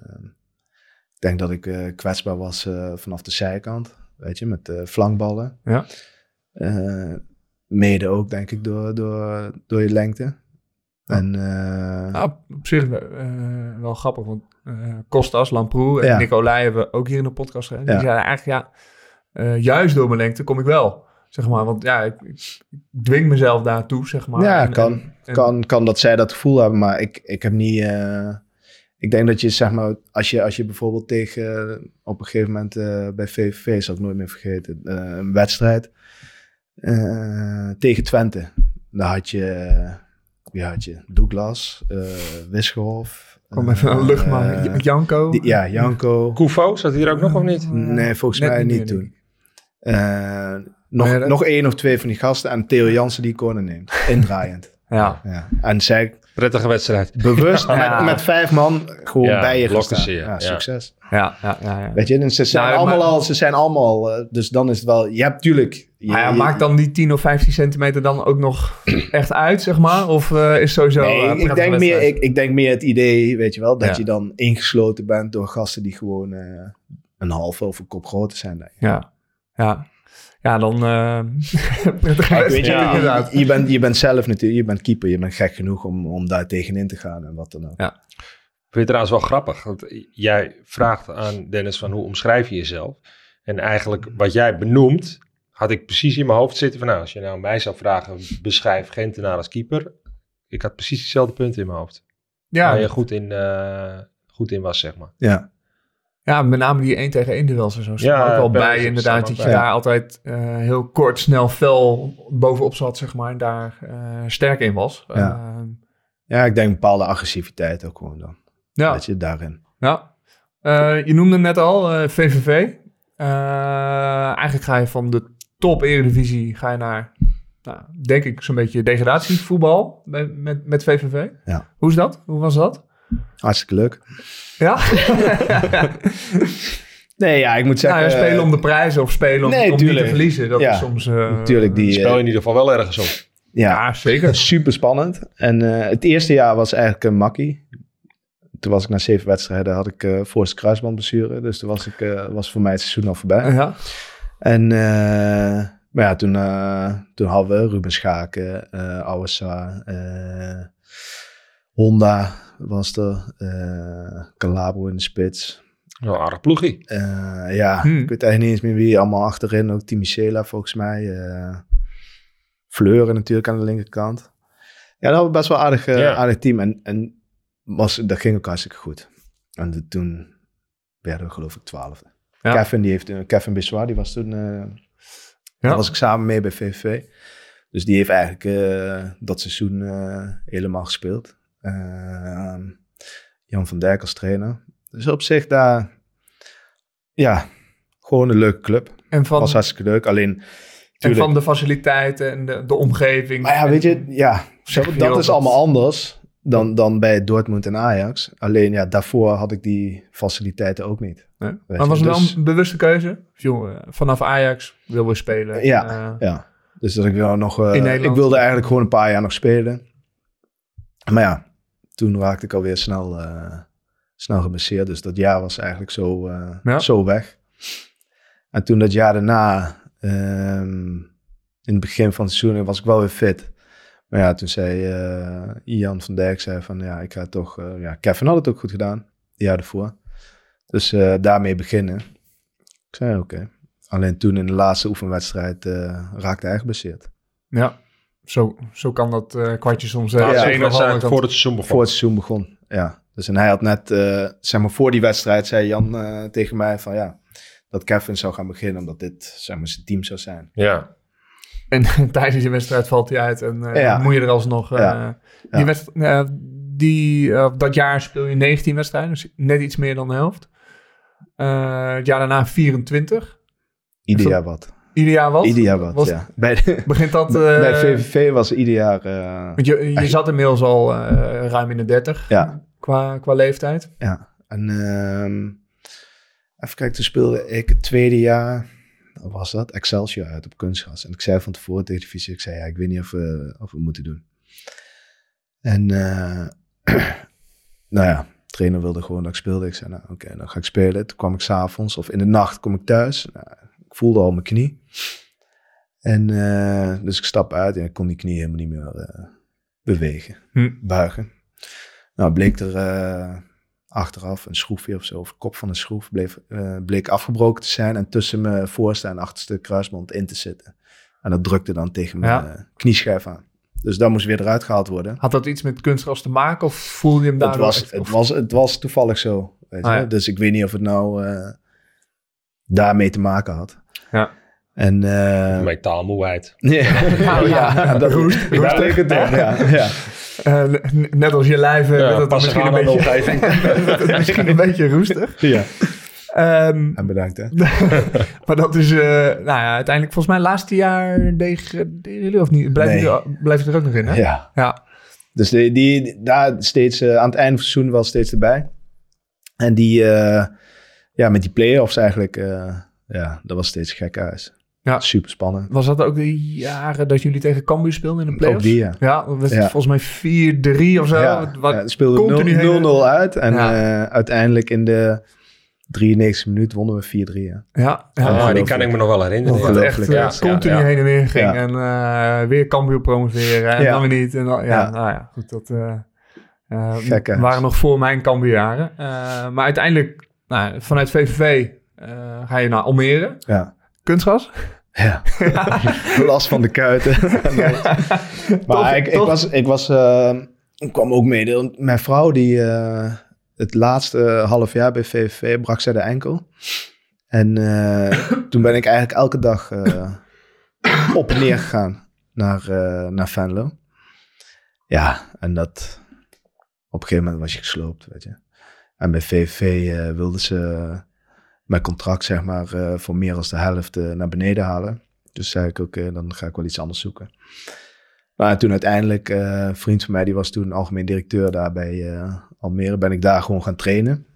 Speaker 5: ik denk dat ik uh, kwetsbaar was uh, vanaf de zijkant. Weet je, met uh, flankballen.
Speaker 3: Ja.
Speaker 5: Uh, mede ook, denk ik, door, door, door je lengte.
Speaker 3: Ja.
Speaker 5: En, uh,
Speaker 3: Nou, op zich uh, wel grappig, want uh, Kostas, Lamproe en
Speaker 5: Ja.
Speaker 3: Nicolai hebben we ook hier in de podcast gedaan. Die
Speaker 5: Ja.
Speaker 3: zeiden eigenlijk, ja, uh, juist door mijn lengte kom ik wel. Zeg maar, want ja, ik, ik dwing mezelf daartoe, zeg maar.
Speaker 5: ja,
Speaker 3: En-
Speaker 5: kan,
Speaker 3: en- en-
Speaker 5: kan, kan dat zij dat gevoel hebben, maar ik, ik heb niet... Uh, ik denk dat je, zeg maar, als je, als je bijvoorbeeld tegen... Uh, op een gegeven moment uh, bij V V V, zal ik nooit meer vergeten, uh, een wedstrijd uh, tegen Twente. Daar had je... Uh, wie had je? Douglas, uh, Wisgerhof.
Speaker 3: Kom even aan de lucht, maar
Speaker 5: uh,
Speaker 3: Janko.
Speaker 5: die- ja, Janko.
Speaker 4: Koufo, zat hij er ook nog of niet?
Speaker 5: Nee, volgens
Speaker 3: Net
Speaker 5: mij
Speaker 3: niet
Speaker 5: niet
Speaker 3: meer,
Speaker 5: toen. Uh, nog,
Speaker 3: Maar dat-
Speaker 5: nog één of twee van die gasten en Theo Jansen die corner neemt. Indraaiend.
Speaker 3: Ja.
Speaker 5: Ja. En zij
Speaker 4: Prettige wedstrijd.
Speaker 5: bewust
Speaker 3: Ja.
Speaker 5: met, met vijf man gewoon
Speaker 4: Ja,
Speaker 5: bij je
Speaker 4: blokken
Speaker 5: gestaan.
Speaker 4: ze je,
Speaker 5: Ja,
Speaker 4: ja.
Speaker 5: succes.
Speaker 3: Ja, ja, ja, ja.
Speaker 5: Weet je, en ze zijn
Speaker 3: Nou,
Speaker 5: allemaal
Speaker 3: maar-
Speaker 5: al, ze zijn allemaal, uh, dus dan is het wel, je hebt tuurlijk... Je,
Speaker 3: Maar ja,
Speaker 5: je-
Speaker 3: maakt dan die tien of vijftien centimeter dan ook nog echt uit, zeg maar? Of uh, is sowieso...
Speaker 5: Nee,
Speaker 3: uh,
Speaker 5: ik,
Speaker 3: prettige
Speaker 5: denk meer,
Speaker 3: wedstrijd?
Speaker 5: ik, ik denk meer het idee, weet je wel, dat
Speaker 3: Ja.
Speaker 5: je dan ingesloten bent door gasten die gewoon uh, een halve of een kop groter zijn. Denk ik.
Speaker 3: Ja, ja. Ja, dan... uh, prettige
Speaker 5: Kijk, weet je,
Speaker 3: wedstrijd,
Speaker 5: je,
Speaker 3: inderdaad.
Speaker 5: je, bent, je bent zelf natuurlijk, je bent keeper, je bent gek genoeg om, om daar tegenin te gaan en wat dan ook.
Speaker 3: Ja.
Speaker 4: Ik vind het trouwens wel grappig, want jij vraagt aan Dennis van hoe omschrijf je jezelf? En eigenlijk wat jij benoemt, had ik precies in mijn hoofd zitten van nou, als je nou mij zou vragen, beschrijf Gentenaar als keeper. Ik had precies hetzelfde punt in mijn hoofd.
Speaker 3: Ja,
Speaker 4: Waar je goed in, uh, goed in was, zeg maar.
Speaker 5: Ja.
Speaker 3: ja, met name die één tegen één duels en zo. Staan
Speaker 4: Ja,
Speaker 3: ook wel
Speaker 4: bij-
Speaker 3: bij,
Speaker 4: staan
Speaker 3: inderdaad.
Speaker 4: ook
Speaker 3: Dat je
Speaker 4: bij.
Speaker 3: daar altijd uh, heel kort, snel, fel bovenop zat, zeg maar. En daar uh, sterk in was.
Speaker 5: Ja.
Speaker 3: Uh,
Speaker 5: ja, ik denk bepaalde agressiviteit ook gewoon dan.
Speaker 3: ja.
Speaker 5: Dat je daarin.
Speaker 3: Ja, uh, je noemde net al uh, V V V. Uh, eigenlijk ga je van de top Eredivisie ga je naar, nou, denk ik, zo'n beetje degradatievoetbal met, met, met V V V.
Speaker 5: Ja.
Speaker 3: Hoe is dat? Hoe was dat?
Speaker 5: Hartstikke leuk.
Speaker 3: Ja?
Speaker 5: Nee, ja, ik moet zeggen...
Speaker 3: nou, ja, spelen om de prijzen of spelen om,
Speaker 5: Nee,
Speaker 3: om niet
Speaker 5: tuurlijk.
Speaker 3: te verliezen. Dat
Speaker 5: Ja,
Speaker 3: is soms... Uh,
Speaker 5: natuurlijk die...
Speaker 4: Spel
Speaker 5: uh,
Speaker 4: in ieder geval wel ergens op.
Speaker 5: ja,
Speaker 3: Ja, zeker.
Speaker 5: super spannend. En uh, het eerste jaar was eigenlijk een makkie. Toen was ik na zeven wedstrijden, had ik uh, voorste kruisbandblessure. Dus toen was, ik, uh, was voor mij het seizoen al voorbij.
Speaker 3: Ja.
Speaker 5: En uh, maar ja, toen, uh, toen hadden we Ruben Schaken, uh, Awassa, uh, Honda was er, uh, Calabro in de spits.
Speaker 4: Wel aardig ploegie.
Speaker 5: Uh, ja,
Speaker 3: Hmm.
Speaker 5: ik weet eigenlijk niet eens meer wie allemaal achterin. Ook Timicela volgens mij. Uh, Fleuren natuurlijk aan de linkerkant. Ja, dat hadden we best wel aardig, uh,
Speaker 4: Ja.
Speaker 5: aardig team. En, en was, dat ging ook hartstikke goed. En de, toen werden we geloof ik twaalfde.
Speaker 3: Ja.
Speaker 5: Kevin, die heeft, uh, Kevin Bissois, die was toen... Uh,
Speaker 3: Ja.
Speaker 5: Daar was ik samen mee bij V V V. Dus die heeft eigenlijk uh, dat seizoen uh, helemaal gespeeld. Uh, Jan van Dijk als trainer. Dus op zich daar... Ja, gewoon een leuke club.
Speaker 3: En van,
Speaker 5: Was hartstikke leuk. Alleen...
Speaker 3: en
Speaker 5: tuurlijk-
Speaker 3: van de faciliteiten en de, de omgeving.
Speaker 5: Maar ja, weet je, ja,
Speaker 3: Zeg
Speaker 5: dat,
Speaker 3: je
Speaker 5: dat
Speaker 3: ook
Speaker 5: is
Speaker 3: dat-
Speaker 5: allemaal anders dan, dan bij Dortmund en Ajax. Alleen ja, daarvoor had ik die faciliteiten ook niet.
Speaker 3: Nee.
Speaker 5: Weet
Speaker 3: Maar was
Speaker 5: je,
Speaker 3: het
Speaker 5: dus-
Speaker 3: wel een bewuste keuze? Jongen, vanaf Ajax wil we spelen.
Speaker 5: Ja.
Speaker 3: Uh,
Speaker 5: Ja, dus dat ik wel nog... uh,
Speaker 3: In Nederland?
Speaker 5: ik wilde eigenlijk gewoon een paar jaar nog spelen. Maar ja, toen raakte ik alweer snel, uh, snel geblesseerd. Dus dat jaar was eigenlijk zo, uh,
Speaker 3: Ja.
Speaker 5: zo weg. En toen dat jaar daarna, um, in het begin van het seizoen, was ik wel weer fit. Maar ja, toen zei uh, Ian van Dijk zei van ja, ik ga toch... Uh, ja, Kevin had het ook goed gedaan, het jaar ervoor. Dus uh, daarmee beginnen. Ik zei oké. Okay. Alleen toen in de laatste oefenwedstrijd uh, raakte hij geblesseerd.
Speaker 3: ja. Zo, zo kan dat uh, kwartje soms... Uh,
Speaker 4: Ja,
Speaker 3: ja,
Speaker 4: één wedstrijd voor het seizoen begon.
Speaker 5: Voor het seizoen begon, ja. Dus en hij had net, uh, zeg maar voor die wedstrijd, zei Jan uh, tegen mij van ja, dat Kevin zou gaan beginnen, omdat dit, zeg maar, zijn team zou zijn.
Speaker 4: Ja.
Speaker 3: En tijdens die wedstrijd valt hij uit en uh,
Speaker 5: ja.
Speaker 3: moet je er alsnog... Uh,
Speaker 5: ja.
Speaker 3: Die
Speaker 5: ja.
Speaker 3: wedst- uh, die, uh, dat jaar speel je negentien wedstrijden, dus net iets meer dan de helft. Uh, het jaar daarna vierentwintig.
Speaker 5: Ieder jaar wat.
Speaker 3: Ieder jaar wat?
Speaker 5: Ieder jaar wat,
Speaker 3: was,
Speaker 5: ja. Bij, de,
Speaker 3: begint dat, uh,
Speaker 5: bij V V V was ieder jaar... Uh,
Speaker 3: want je, je zat inmiddels al uh, ruim in de dertig
Speaker 5: ja.
Speaker 3: qua, qua leeftijd.
Speaker 5: Ja, en uh, even kijken, toen speelde ik het tweede jaar, wat was dat? Excelsior uit op kunstgras. En ik zei van tevoren tegen de visie, ik zei ja, ik weet niet of we, of we moeten doen. En uh, nou ja, de trainer wilde gewoon dat ik speelde. Ik zei nou oké, okay, dan ga ik spelen. Toen kwam ik 's avonds of in de nacht kom ik thuis. Nou, ik voelde al mijn knie. En uh, dus ik stap uit en ik kon die knie helemaal niet meer uh, bewegen,
Speaker 3: hm.
Speaker 5: buigen. Nou bleek er uh, achteraf een schroefje of zo, of de kop van een schroef bleef, uh, bleek afgebroken te zijn en tussen mijn voorste en achterste kruisband in te zitten. En dat drukte dan tegen mijn ja. uh, knieschijf aan. Dus dat moest weer eruit gehaald worden.
Speaker 3: Had dat iets met kunstgras te maken of voelde je hem daar?
Speaker 5: Het was, echt, het was, het was toevallig zo. Weet je? Ah, ja. Dus ik weet niet of het nou uh, daarmee te maken had.
Speaker 3: Ja.
Speaker 5: En, uh,
Speaker 4: metaalmoeheid.
Speaker 5: Ja, ja, ja, dat
Speaker 3: roest.
Speaker 5: roest ik het ja. ja, ja.
Speaker 3: Uh, net als je lijf uh,
Speaker 4: ja,
Speaker 3: dat het misschien, een beetje, misschien een beetje roestig.
Speaker 5: Ja.
Speaker 3: Um,
Speaker 5: en bedankt, hè.
Speaker 3: Maar dat is, uh, nou ja, uiteindelijk volgens mij laatste jaar degraderen jullie of niet? Blijf,
Speaker 5: nee.
Speaker 3: je, blijf je er ook nog in, hè?
Speaker 5: Ja.
Speaker 3: ja.
Speaker 5: Dus die, die, daar steeds, uh, aan het einde van het seizoen wel steeds erbij. En die, uh, ja, met die play-offs eigenlijk, uh, ja, dat was steeds gek huis. Ja. Super spannend.
Speaker 3: Was dat ook de jaren dat jullie tegen Cambuur speelden in de play-offs?
Speaker 5: Ook die, ja.
Speaker 3: Ja, dat was
Speaker 5: ja.
Speaker 3: volgens mij vier drie of zo.
Speaker 5: Ja,
Speaker 3: wat
Speaker 5: ja, het speelde nul nul uit. En ja. uh, uiteindelijk in de drieënnegentigste minuut wonnen we vier drie. Ja,
Speaker 3: ja, ja
Speaker 4: oh, die kan ik me nog wel herinneren.
Speaker 3: Dat het echt
Speaker 5: ja.
Speaker 3: continu ja, ja. heen en weer ging. Ja. En uh, weer Cambuur promoveren en
Speaker 5: ja.
Speaker 3: dan weer niet. En dan, ja,
Speaker 5: ja.
Speaker 3: nou ja, goed. Dat uh, uh, waren nog voor mijn Cambuurjaren. Uh, maar uiteindelijk, nou, vanuit V V V uh, ga je naar Almere.
Speaker 5: Ja.
Speaker 3: Kunstgras.
Speaker 5: Ja, last van de kuiten. Maar toch, ik, ik was, ik was, uh, ik kwam ook mee. Mijn vrouw die uh, het laatste half jaar bij V V V brak zij de enkel. En uh, toen ben ik eigenlijk elke dag uh, op en neer gegaan naar, uh, naar Venlo. Ja, en dat op een gegeven moment was je gesloopt, weet je. En bij V V V uh, wilden ze uh, mijn contract, zeg maar, uh, voor meer dan de helft uh, naar beneden halen. Dus zei ik ook, uh, dan ga ik wel iets anders zoeken. Maar toen uiteindelijk, uh, een vriend van mij, die was toen algemeen directeur daar bij uh, Almere, ben ik daar gewoon gaan trainen.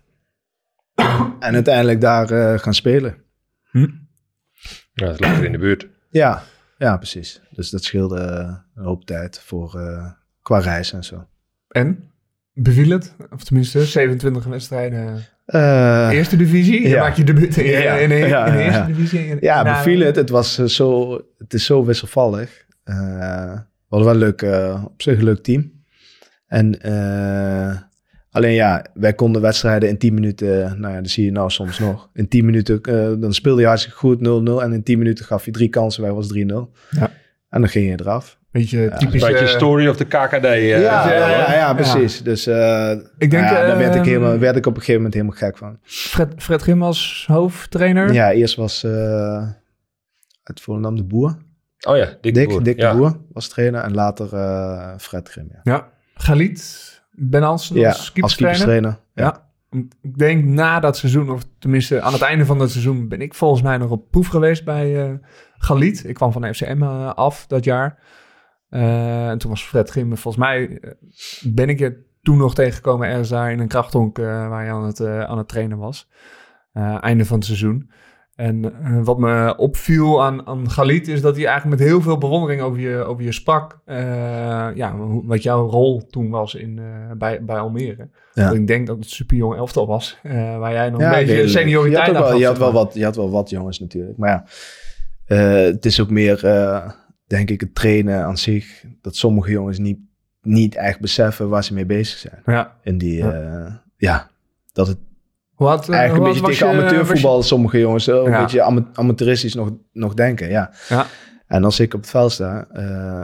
Speaker 5: En uiteindelijk daar uh, gaan spelen.
Speaker 3: Hm?
Speaker 4: Ja, dat lag er in de buurt.
Speaker 5: Ja, ja, precies. Dus dat scheelde uh, een hoop tijd voor, uh, qua reis en zo.
Speaker 3: En? Beviel het? Of tenminste, zevenentwintig wedstrijden...
Speaker 5: Uh,
Speaker 3: eerste divisie?
Speaker 5: Ja.
Speaker 3: Dan maak je debuut in,
Speaker 5: ja,
Speaker 3: in, in,
Speaker 5: ja,
Speaker 3: in de eerste
Speaker 5: ja.
Speaker 3: divisie. In,
Speaker 5: ja,
Speaker 3: nou,
Speaker 5: beviel het. Het, was, uh, zo, het is zo wisselvallig. Uh, we hadden wel een leuk, uh, op zich een leuk team. En uh, alleen ja, wij konden wedstrijden in tien minuten, nou ja, dat zie je nou soms nog. In tien minuten, uh, dan speelde je hartstikke goed, nul nul. En in tien minuten gaf je drie kansen, wij was drie nul.
Speaker 3: Ja.
Speaker 5: En dan ging je eraf.
Speaker 3: Beetje
Speaker 5: ja,
Speaker 3: typisch...
Speaker 4: Een beetje story of de K K D. Uh,
Speaker 5: ja, ja,
Speaker 4: ja,
Speaker 5: ja, ja, precies. Ja. Dus uh,
Speaker 3: ik denk,
Speaker 5: ja, daar werd ik,
Speaker 3: uh,
Speaker 5: helemaal, werd ik op een gegeven moment helemaal gek van.
Speaker 3: Fred, Fred Grim als hoofdtrainer?
Speaker 5: Ja, eerst was uh, uit Volendam de Boer.
Speaker 4: Oh ja, Dick,
Speaker 5: Dick
Speaker 4: de Boer.
Speaker 5: Dick de
Speaker 4: ja.
Speaker 5: Boer was trainer en later uh, Fred Grim. Ja,
Speaker 3: ja. Galit Ben Hansen
Speaker 5: ja,
Speaker 3: als keeperstrainer.
Speaker 5: Als keeperstrainer.
Speaker 3: Ja.
Speaker 5: Ja.
Speaker 3: Ik denk na dat seizoen, of tenminste aan het einde van dat seizoen, ben ik volgens mij nog op proef geweest bij uh, Galit. Ik kwam van F C M uh, af dat jaar. Uh, en toen was Fred Grim, volgens mij uh, ben ik je toen nog tegengekomen ergens daar in een krachthonk uh, waar je aan het, uh, aan het trainen was. Uh, einde van het seizoen. En uh, wat me opviel aan, aan Galit is dat hij eigenlijk met heel veel bewondering over je, over je sprak. Uh, ja, wat jouw rol toen was in, uh, bij, bij Almere. Ja. Ik denk dat het superjong elftal was, uh, waar jij nog ja, een beetje senioriteit
Speaker 5: je had,
Speaker 3: aan
Speaker 5: wel,
Speaker 3: had.
Speaker 5: je, had wel wat, je had wel wat jongens natuurlijk. Maar ja, uh, het is ook meer, uh, denk ik, het trainen aan zich. Dat sommige jongens niet, niet echt beseffen waar ze mee bezig zijn.
Speaker 3: Ja.
Speaker 5: En die, uh, ja. ja, dat het
Speaker 3: Wat, uh,
Speaker 5: eigenlijk een beetje tegen
Speaker 3: je,
Speaker 5: amateurvoetbal, je... sommige jongens uh, een
Speaker 3: ja.
Speaker 5: beetje ama- amateuristisch nog, nog denken. Ja.
Speaker 3: ja.
Speaker 5: En als ik op het veld sta, uh,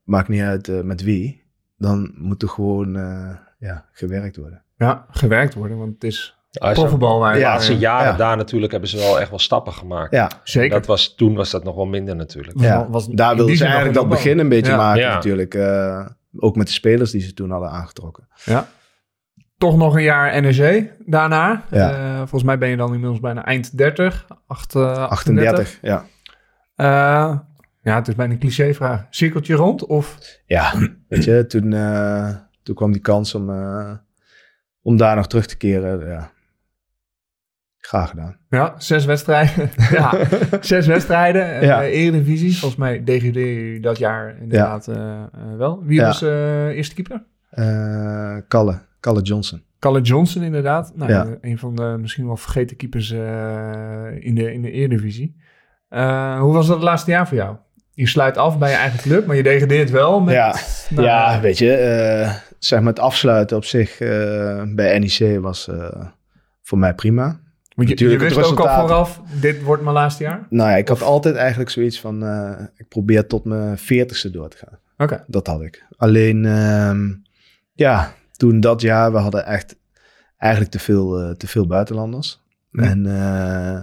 Speaker 5: maakt niet uit uh, met wie, dan moet er gewoon uh, ja, gewerkt worden.
Speaker 3: Ja, gewerkt worden, want het is
Speaker 4: Ja,
Speaker 3: profvoetbal.
Speaker 4: De
Speaker 3: Ja,
Speaker 4: laatste jaren
Speaker 5: ja.
Speaker 4: daar natuurlijk hebben ze wel echt wel stappen gemaakt.
Speaker 5: Ja,
Speaker 3: zeker.
Speaker 4: Dat was, toen was dat nog wel minder natuurlijk.
Speaker 5: ja.
Speaker 3: Was,
Speaker 5: daar
Speaker 3: in
Speaker 5: wilden
Speaker 3: die
Speaker 5: ze
Speaker 3: zin nog
Speaker 5: eigenlijk
Speaker 3: een
Speaker 5: dat begin een beetje
Speaker 3: ja.
Speaker 5: maken
Speaker 4: Ja.
Speaker 5: natuurlijk. Uh, ook met de spelers die ze toen hadden aangetrokken.
Speaker 3: Ja. Toch nog een jaar N E C daarna.
Speaker 5: Ja.
Speaker 3: Uh, volgens mij ben je dan inmiddels bijna eind dertig. Acht, uh,
Speaker 5: achtendertig, ja.
Speaker 3: Uh, ja, het is bijna een clichévraag. Cirkeltje rond of?
Speaker 5: Ja, weet je, toen, uh, toen kwam die kans om, uh, om daar nog terug te keren. Ja. Graag gedaan.
Speaker 3: Ja, zes wedstrijden. ja, zes wedstrijden.
Speaker 5: Ja.
Speaker 3: Uh, Eredivisie. Volgens mij degradeer je dat jaar inderdaad uh, uh, wel. Wie
Speaker 5: Ja.
Speaker 3: was uh, eerste keeper?
Speaker 5: Uh, Kalle, Kalle Johnson.
Speaker 3: Kalle Johnson inderdaad. Nou,
Speaker 5: Ja.
Speaker 3: een van de misschien wel vergeten keepers uh, in, de, in de Eredivisie. Uh, hoe was dat het laatste jaar voor jou? Je sluit af bij je eigen club, maar je degradeert wel. Met,
Speaker 5: Ja,
Speaker 3: nou,
Speaker 5: ja, weet je, uh, zeg maar het afsluiten op zich uh, bij N E C was uh, voor mij prima.
Speaker 3: Want je, je
Speaker 5: Natuurlijk,
Speaker 3: wist
Speaker 5: het
Speaker 3: ook al
Speaker 5: resultaat-
Speaker 3: vooraf, dit wordt mijn laatste jaar?
Speaker 5: Nou ja, ik had altijd eigenlijk zoiets van, uh, ik probeer tot mijn veertigste door te gaan.
Speaker 3: Oké. Okay.
Speaker 5: Dat had ik. Alleen, um, ja, toen dat jaar, we hadden echt eigenlijk te veel, uh, te veel buitenlanders.
Speaker 3: Ja.
Speaker 5: En uh,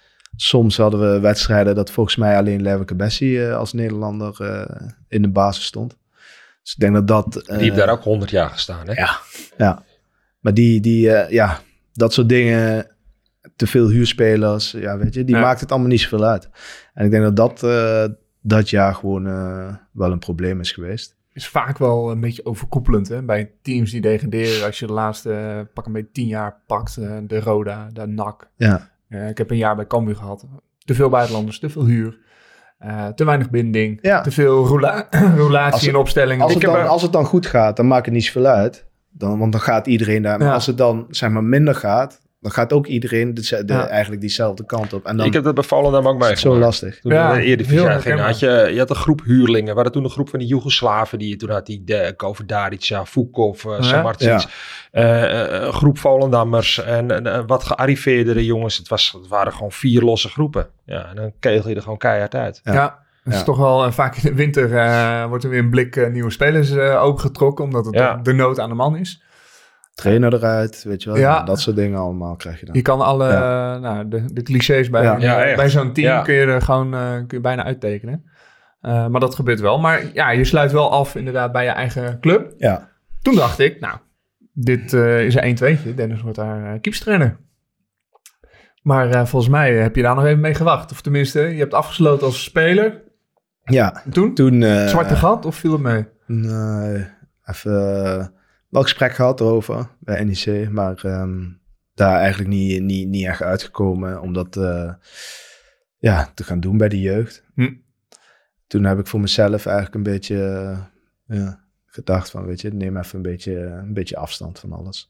Speaker 5: soms hadden we wedstrijden dat volgens mij alleen Leveke Bessie uh, als Nederlander uh, in de basis stond. Dus ik denk dat dat... Uh,
Speaker 4: Die heeft daar ook honderd jaar gestaan, hè?
Speaker 5: Ja, ja. Maar die, die uh, ja, dat soort dingen, te veel huurspelers, ja, weet je, die
Speaker 3: Ja.
Speaker 5: maakt het allemaal niet zoveel uit. En ik denk dat dat, uh, dat jaar gewoon uh, wel een probleem is geweest.
Speaker 3: Is vaak wel een beetje overkoepelend hè? Bij teams die degraderen. Als je de laatste uh, pak een beetje tien jaar pakt, uh, de Roda, de N A C.
Speaker 5: Ja.
Speaker 3: Uh, ik heb een jaar bij Cambuur gehad. Te veel buitenlanders, te veel huur. Uh, te weinig binding.
Speaker 5: Ja.
Speaker 3: Te veel roula- roulatie
Speaker 5: Als het-
Speaker 3: en opstelling.
Speaker 5: Als
Speaker 3: Ik
Speaker 5: het,
Speaker 3: heb
Speaker 5: dan,
Speaker 3: er-
Speaker 5: als het dan goed gaat, dan maakt het niet zoveel uit. Dan, want dan gaat iedereen daar. Maar
Speaker 3: Ja.
Speaker 5: als het dan zeg maar minder gaat, dan gaat ook iedereen de, de,
Speaker 3: Ja.
Speaker 5: eigenlijk diezelfde kant op. En dan
Speaker 4: Ik heb dat bij Volendam ook
Speaker 5: is het zo
Speaker 4: meegemaakt.
Speaker 5: lastig.
Speaker 4: Toen
Speaker 3: Ja,
Speaker 4: we de Eredivisie
Speaker 3: heel
Speaker 4: gingen,
Speaker 3: herkenbaar.
Speaker 4: had je, je had een groep huurlingen. We hadden toen een groep van die Joegoslaven. Die, toen had die de Kovardarica, Fukov, uh,
Speaker 3: Ja?
Speaker 4: Samardzic.
Speaker 5: Ja.
Speaker 4: Uh, een groep Volendammers en, en uh, wat gearriveerdere jongens. Het, was, het waren gewoon vier losse groepen. Ja, en dan kegel je er gewoon keihard uit.
Speaker 3: Ja,
Speaker 5: Ja.
Speaker 3: dat is
Speaker 5: Ja.
Speaker 3: toch wel uh, vaak in de winter uh, wordt er weer een blik uh, nieuwe spelers uh, opengetrokken. Omdat het
Speaker 4: Ja.
Speaker 3: de nood aan de man is.
Speaker 5: Trainer eruit, weet je wel.
Speaker 3: Ja.
Speaker 5: Dat soort dingen allemaal krijg je dan.
Speaker 3: Je kan alle,
Speaker 5: Ja.
Speaker 3: uh, nou, de, de clichés bij,
Speaker 5: Ja.
Speaker 3: een,
Speaker 4: Ja,
Speaker 3: uh,
Speaker 4: echt.
Speaker 3: bij zo'n team
Speaker 4: Ja.
Speaker 3: kun je er gewoon uh, kun je bijna uittekenen. Uh, maar dat gebeurt wel. Maar ja, je sluit wel af inderdaad bij je eigen club.
Speaker 5: Ja.
Speaker 3: Toen dacht ik, nou, dit uh, is een een-tweetje. Dennis wordt daar uh, keepstrainer. Maar uh, volgens mij heb je daar nog even mee gewacht. Of tenminste, je hebt afgesloten als speler.
Speaker 5: Ja.
Speaker 3: En toen?
Speaker 5: Toen... Uh,
Speaker 3: Zwarte gat of viel het mee?
Speaker 5: Nee, even uh, wel gesprek gehad erover bij N E C, maar um, daar eigenlijk niet, niet, niet echt uitgekomen om dat uh, ja, te gaan doen bij de jeugd.
Speaker 3: Hm.
Speaker 5: Toen heb ik voor mezelf eigenlijk een beetje uh, ja, gedacht van, weet je, neem even een beetje, een beetje afstand van alles.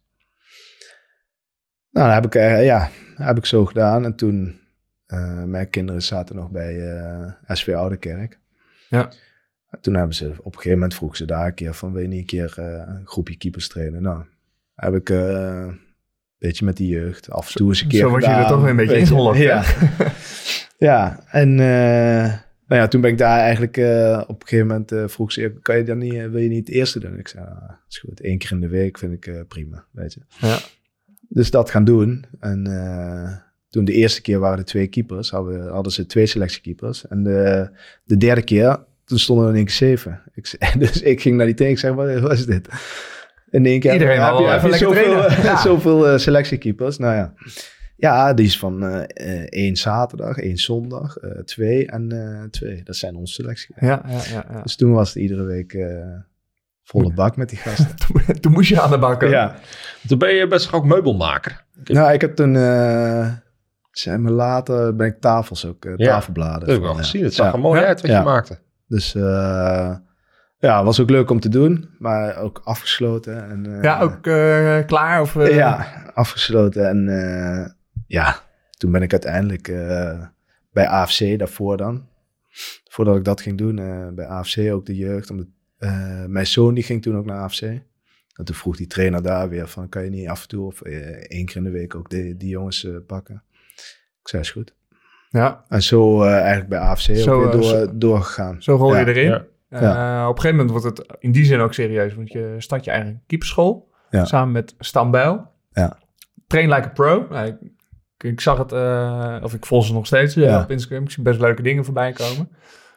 Speaker 5: Nou, dat heb ik, uh, ja, heb ik zo gedaan en toen, uh, mijn kinderen zaten nog bij uh, S V Oudekerk.
Speaker 3: Ja.
Speaker 5: Toen hebben ze, op een gegeven moment vroeg ze daar een keer van, wil je niet een keer uh, een groepje keepers trainen? Nou, heb ik uh, een beetje met die jeugd af en toe eens een keer
Speaker 3: Zo word je
Speaker 5: gedaan.
Speaker 3: er toch weer een beetje
Speaker 5: Weet je,
Speaker 3: ingelokt, hè?
Speaker 5: Ja. Ja, en uh, nou ja, toen ben ik daar eigenlijk uh, op een gegeven moment uh, vroeg ze, kan je dan niet, uh, wil je niet het eerste doen? Ik zei, ah, is goed, één keer in de week vind ik uh, prima, weet je.
Speaker 3: Ja.
Speaker 5: Dus dat gaan doen. En uh, toen de eerste keer waren er twee keepers, hadden, hadden ze twee selectiekeepers. En de, de derde keer, toen stonden er in één keer zeven. Ik, zei- dus ik ging naar die trainer, ik zei, wat, wat is dit? In één keer
Speaker 3: Iedereen
Speaker 5: heb
Speaker 3: wil
Speaker 5: je,
Speaker 3: wel
Speaker 5: heb je
Speaker 3: even lekker
Speaker 5: zoveel,
Speaker 3: trainen. Ja.
Speaker 5: zoveel uh, selectiekeepers. Nou ja. Ja, die is van uh, uh, één zaterdag, één zondag, uh, twee en uh, twee. Dat zijn onze selectie.
Speaker 3: Ja, ja, ja, ja.
Speaker 5: Dus toen was het iedere week uh, volle bak met die gasten.
Speaker 3: Toen, toen moest je aan de bak komen.
Speaker 5: Ja.
Speaker 4: Toen ben je best ook meubelmaker.
Speaker 5: Nou, ik heb toen, uh, zeg maar later, ben ik tafels ook, uh,
Speaker 4: Ja,
Speaker 5: tafelbladen.
Speaker 4: Dat heb ik wel
Speaker 5: van, ja.
Speaker 4: gezien. Het zag
Speaker 5: Ja.
Speaker 4: er mooi
Speaker 3: Ja.
Speaker 4: uit wat
Speaker 5: Ja.
Speaker 4: je maakte.
Speaker 5: Dus uh, ja, was ook leuk om te doen, maar ook afgesloten. En, uh,
Speaker 3: Ja, ook uh, klaar? Of, uh,
Speaker 5: Ja, afgesloten. En uh, ja, toen ben ik uiteindelijk uh, bij A F C daarvoor dan. Voordat ik dat ging doen, uh, bij A F C ook de jeugd. Omdat, uh, mijn zoon die ging toen ook naar A F C. En toen vroeg die trainer daar weer van, kan je niet af en toe of uh, één keer in de week ook die, die jongens uh, pakken? Ik zei, is goed.
Speaker 3: Ja,
Speaker 5: En zo uh, eigenlijk bij A F C
Speaker 3: Zo,
Speaker 5: ook weer
Speaker 3: uh,
Speaker 5: door,
Speaker 3: zo-
Speaker 5: doorgegaan.
Speaker 3: zo rol je
Speaker 5: Ja.
Speaker 3: erin.
Speaker 4: Ja.
Speaker 3: Uh,
Speaker 5: Ja.
Speaker 3: Op een gegeven moment wordt het in die zin ook serieus. Want je start je eigen keeperschool.
Speaker 5: Ja.
Speaker 3: Samen met Stan Bijl.
Speaker 5: Ja.
Speaker 3: Train like a pro. Nou, ik, ik zag het, uh, of ik volg ze nog steeds uh,
Speaker 5: Ja.
Speaker 3: op Instagram. Ik zie best leuke dingen voorbij komen.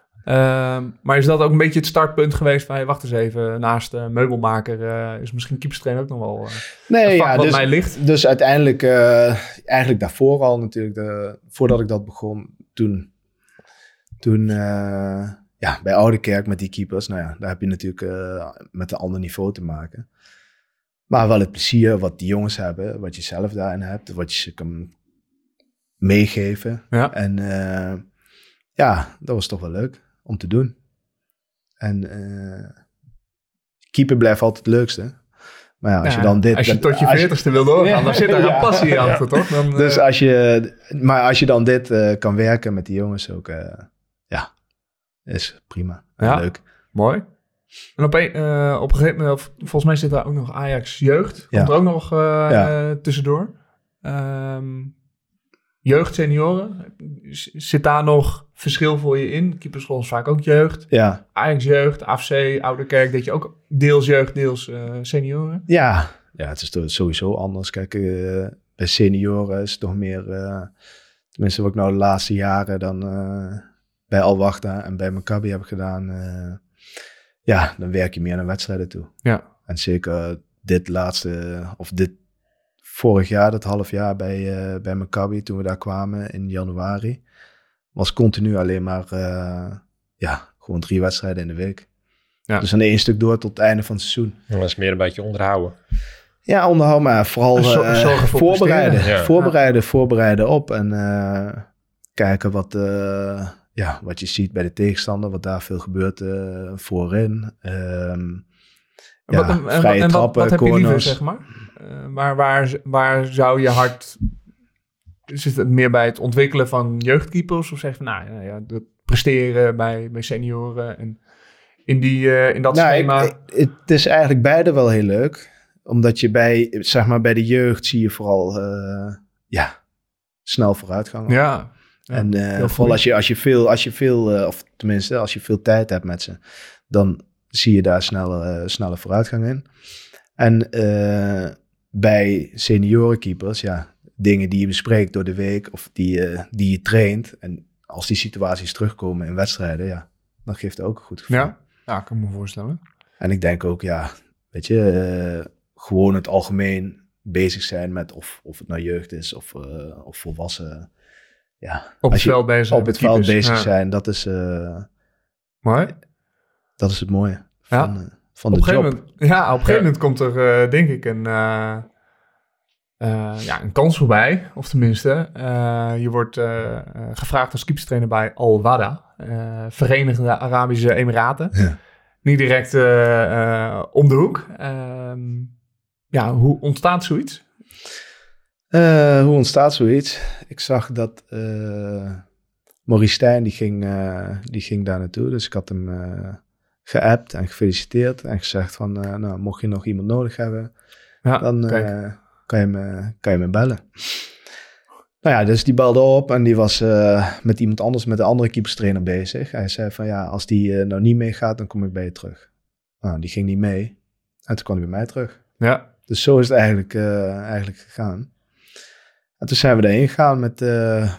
Speaker 3: Uh, maar is dat ook een beetje het startpunt geweest van... Hey, wacht eens even, naast uh, meubelmaker uh, is misschien keeperstrainer ook nog wel uh,
Speaker 5: Nee,
Speaker 3: een vak
Speaker 5: ja,
Speaker 3: wat
Speaker 5: dus,
Speaker 3: mij ligt.
Speaker 5: Dus uiteindelijk, uh, eigenlijk daarvoor al natuurlijk, de, voordat ik dat begon, toen, toen uh, ja, bij Oudekerk met die keepers, nou ja, daar heb je natuurlijk uh, met een ander niveau te maken. Maar wel het plezier wat die jongens hebben, wat je zelf daarin hebt, wat je ze kan meegeven.
Speaker 3: Ja.
Speaker 5: En uh, ja, dat was toch wel leuk om te doen. En uh, keeper blijft altijd het leukste. Maar ja, als
Speaker 3: Ja,
Speaker 5: je dan dit...
Speaker 3: Als je
Speaker 5: dat-
Speaker 3: tot je
Speaker 5: als je-
Speaker 3: veertigste wil doorgaan,
Speaker 5: Ja.
Speaker 3: dan zit daar een
Speaker 5: Ja.
Speaker 3: passie achter, toch? Dan, uh,
Speaker 5: Dus als je, maar als je dan dit uh, kan werken met die jongens ook, uh, ja, is prima.
Speaker 3: Ja.
Speaker 5: Leuk.
Speaker 3: Mooi. En op een, uh, op een gegeven moment, volgens mij zit daar ook nog Ajax Jeugd.
Speaker 5: Ja.
Speaker 3: Komt er ook nog uh,
Speaker 5: Ja.
Speaker 3: uh, tussendoor. Um, jeugd, senioren. Z- Zit daar nog verschil voor je in? Keeperschool is vaak ook jeugd.
Speaker 5: Ja,
Speaker 3: Ajax Jeugd, A F C, Ouderkerk. Deed je ook deels jeugd, deels uh, senioren?
Speaker 5: ja. ja, het is toch sowieso anders. Kijk, uh, bij senioren is het toch meer, uh, tenminste wat ik nou de laatste jaren dan uh, bij Alwachta en bij Maccabi heb gedaan. Uh, ja, dan werk je meer naar wedstrijden toe.
Speaker 3: Ja.
Speaker 5: En zeker dit laatste, of dit vorig jaar, dat half jaar bij, uh, bij Maccabi, toen we daar kwamen in januari, was continu alleen maar, uh, ja, gewoon drie wedstrijden in de week.
Speaker 3: Ja.
Speaker 5: Dus dan één stuk door tot het einde van het seizoen.
Speaker 4: Dat is meer een beetje onderhouden.
Speaker 5: Ja, onderhoud, maar vooral
Speaker 3: Zo-
Speaker 5: uh,
Speaker 3: zorgen voor
Speaker 5: voorbereiden.
Speaker 4: presteren. Ja.
Speaker 5: Voorbereiden, voorbereiden op en uh, kijken wat, uh, ja, wat je ziet bij de tegenstander, wat daar veel gebeurt uh, voorin. Um, ja,
Speaker 3: wat, en,
Speaker 5: vrije
Speaker 3: en wat,
Speaker 5: trappen,
Speaker 3: wat heb je liever,
Speaker 5: corners.
Speaker 3: zeg maar? Uh, waar, waar, waar zou je hart... Zit het meer bij het ontwikkelen van jeugdkeepers? Of zeg je van, nou ja, ja, het presteren bij, bij senioren en in, die, uh, in dat
Speaker 5: Nou,
Speaker 3: schema?
Speaker 5: ik- ik- het is eigenlijk beide wel heel leuk. Omdat je bij, zeg maar, bij de jeugd zie je vooral, uh, ja, snel vooruitgang.
Speaker 3: ja. ja,
Speaker 5: en uh,
Speaker 3: heel
Speaker 5: vooral
Speaker 3: goed.
Speaker 5: als je, als je veel, als je veel uh, of tenminste, als je veel tijd hebt met ze, dan zie je daar snelle, uh, snelle vooruitgang in. En uh, bij seniorenkeepers, ja, dingen die je bespreekt door de week of die, uh, die je traint. En als die situaties terugkomen in wedstrijden, ja, dan geeft het ook een goed gevoel.
Speaker 3: Ja, ja, kan ik me voorstellen.
Speaker 5: En ik denk ook, ja, weet je, uh, gewoon het algemeen bezig zijn met of, of het nou jeugd is of, uh, of volwassen. Ja,
Speaker 3: Op het
Speaker 5: als je
Speaker 3: veld bezig zijn
Speaker 5: op
Speaker 3: met
Speaker 5: het veld
Speaker 3: keepers.
Speaker 5: bezig
Speaker 3: Ja.
Speaker 5: zijn, dat is, uh,
Speaker 3: Mooi.
Speaker 5: dat is het mooie van,
Speaker 3: Ja.
Speaker 5: uh, van
Speaker 3: Op
Speaker 5: de
Speaker 3: een
Speaker 5: job.
Speaker 3: gegeven moment, ja, op een gegeven
Speaker 4: Ja.
Speaker 3: moment komt er, uh, denk ik, een, uh, uh, ja, een kans voorbij. Of tenminste, uh, je wordt uh, uh, gevraagd als keeperstrainer bij Al-Wada, uh, Verenigde Arabische Emiraten.
Speaker 5: Ja.
Speaker 3: Niet direct uh, uh, om de hoek. Um, ja, hoe ontstaat zoiets?
Speaker 5: Uh, hoe ontstaat zoiets? Ik zag dat uh, Maurice Stijn, die ging, uh, die ging daar naartoe. Dus ik had hem uh, geappt en gefeliciteerd. En gezegd van, uh, nou, mocht je nog iemand nodig hebben,
Speaker 3: Ja,
Speaker 5: dan uh,
Speaker 3: kijk.
Speaker 5: kan, je me, kan je me bellen. Nou ja, dus die belde op en die was uh, met iemand anders, met een andere keeperstrainer bezig. Hij zei van, ja, als die uh, nou niet meegaat, dan kom ik bij je terug. Nou, die ging niet mee. En toen kwam hij bij mij terug.
Speaker 3: Ja,
Speaker 5: Dus zo is het eigenlijk, uh, eigenlijk gegaan. En toen zijn we daarheen gegaan met, uh,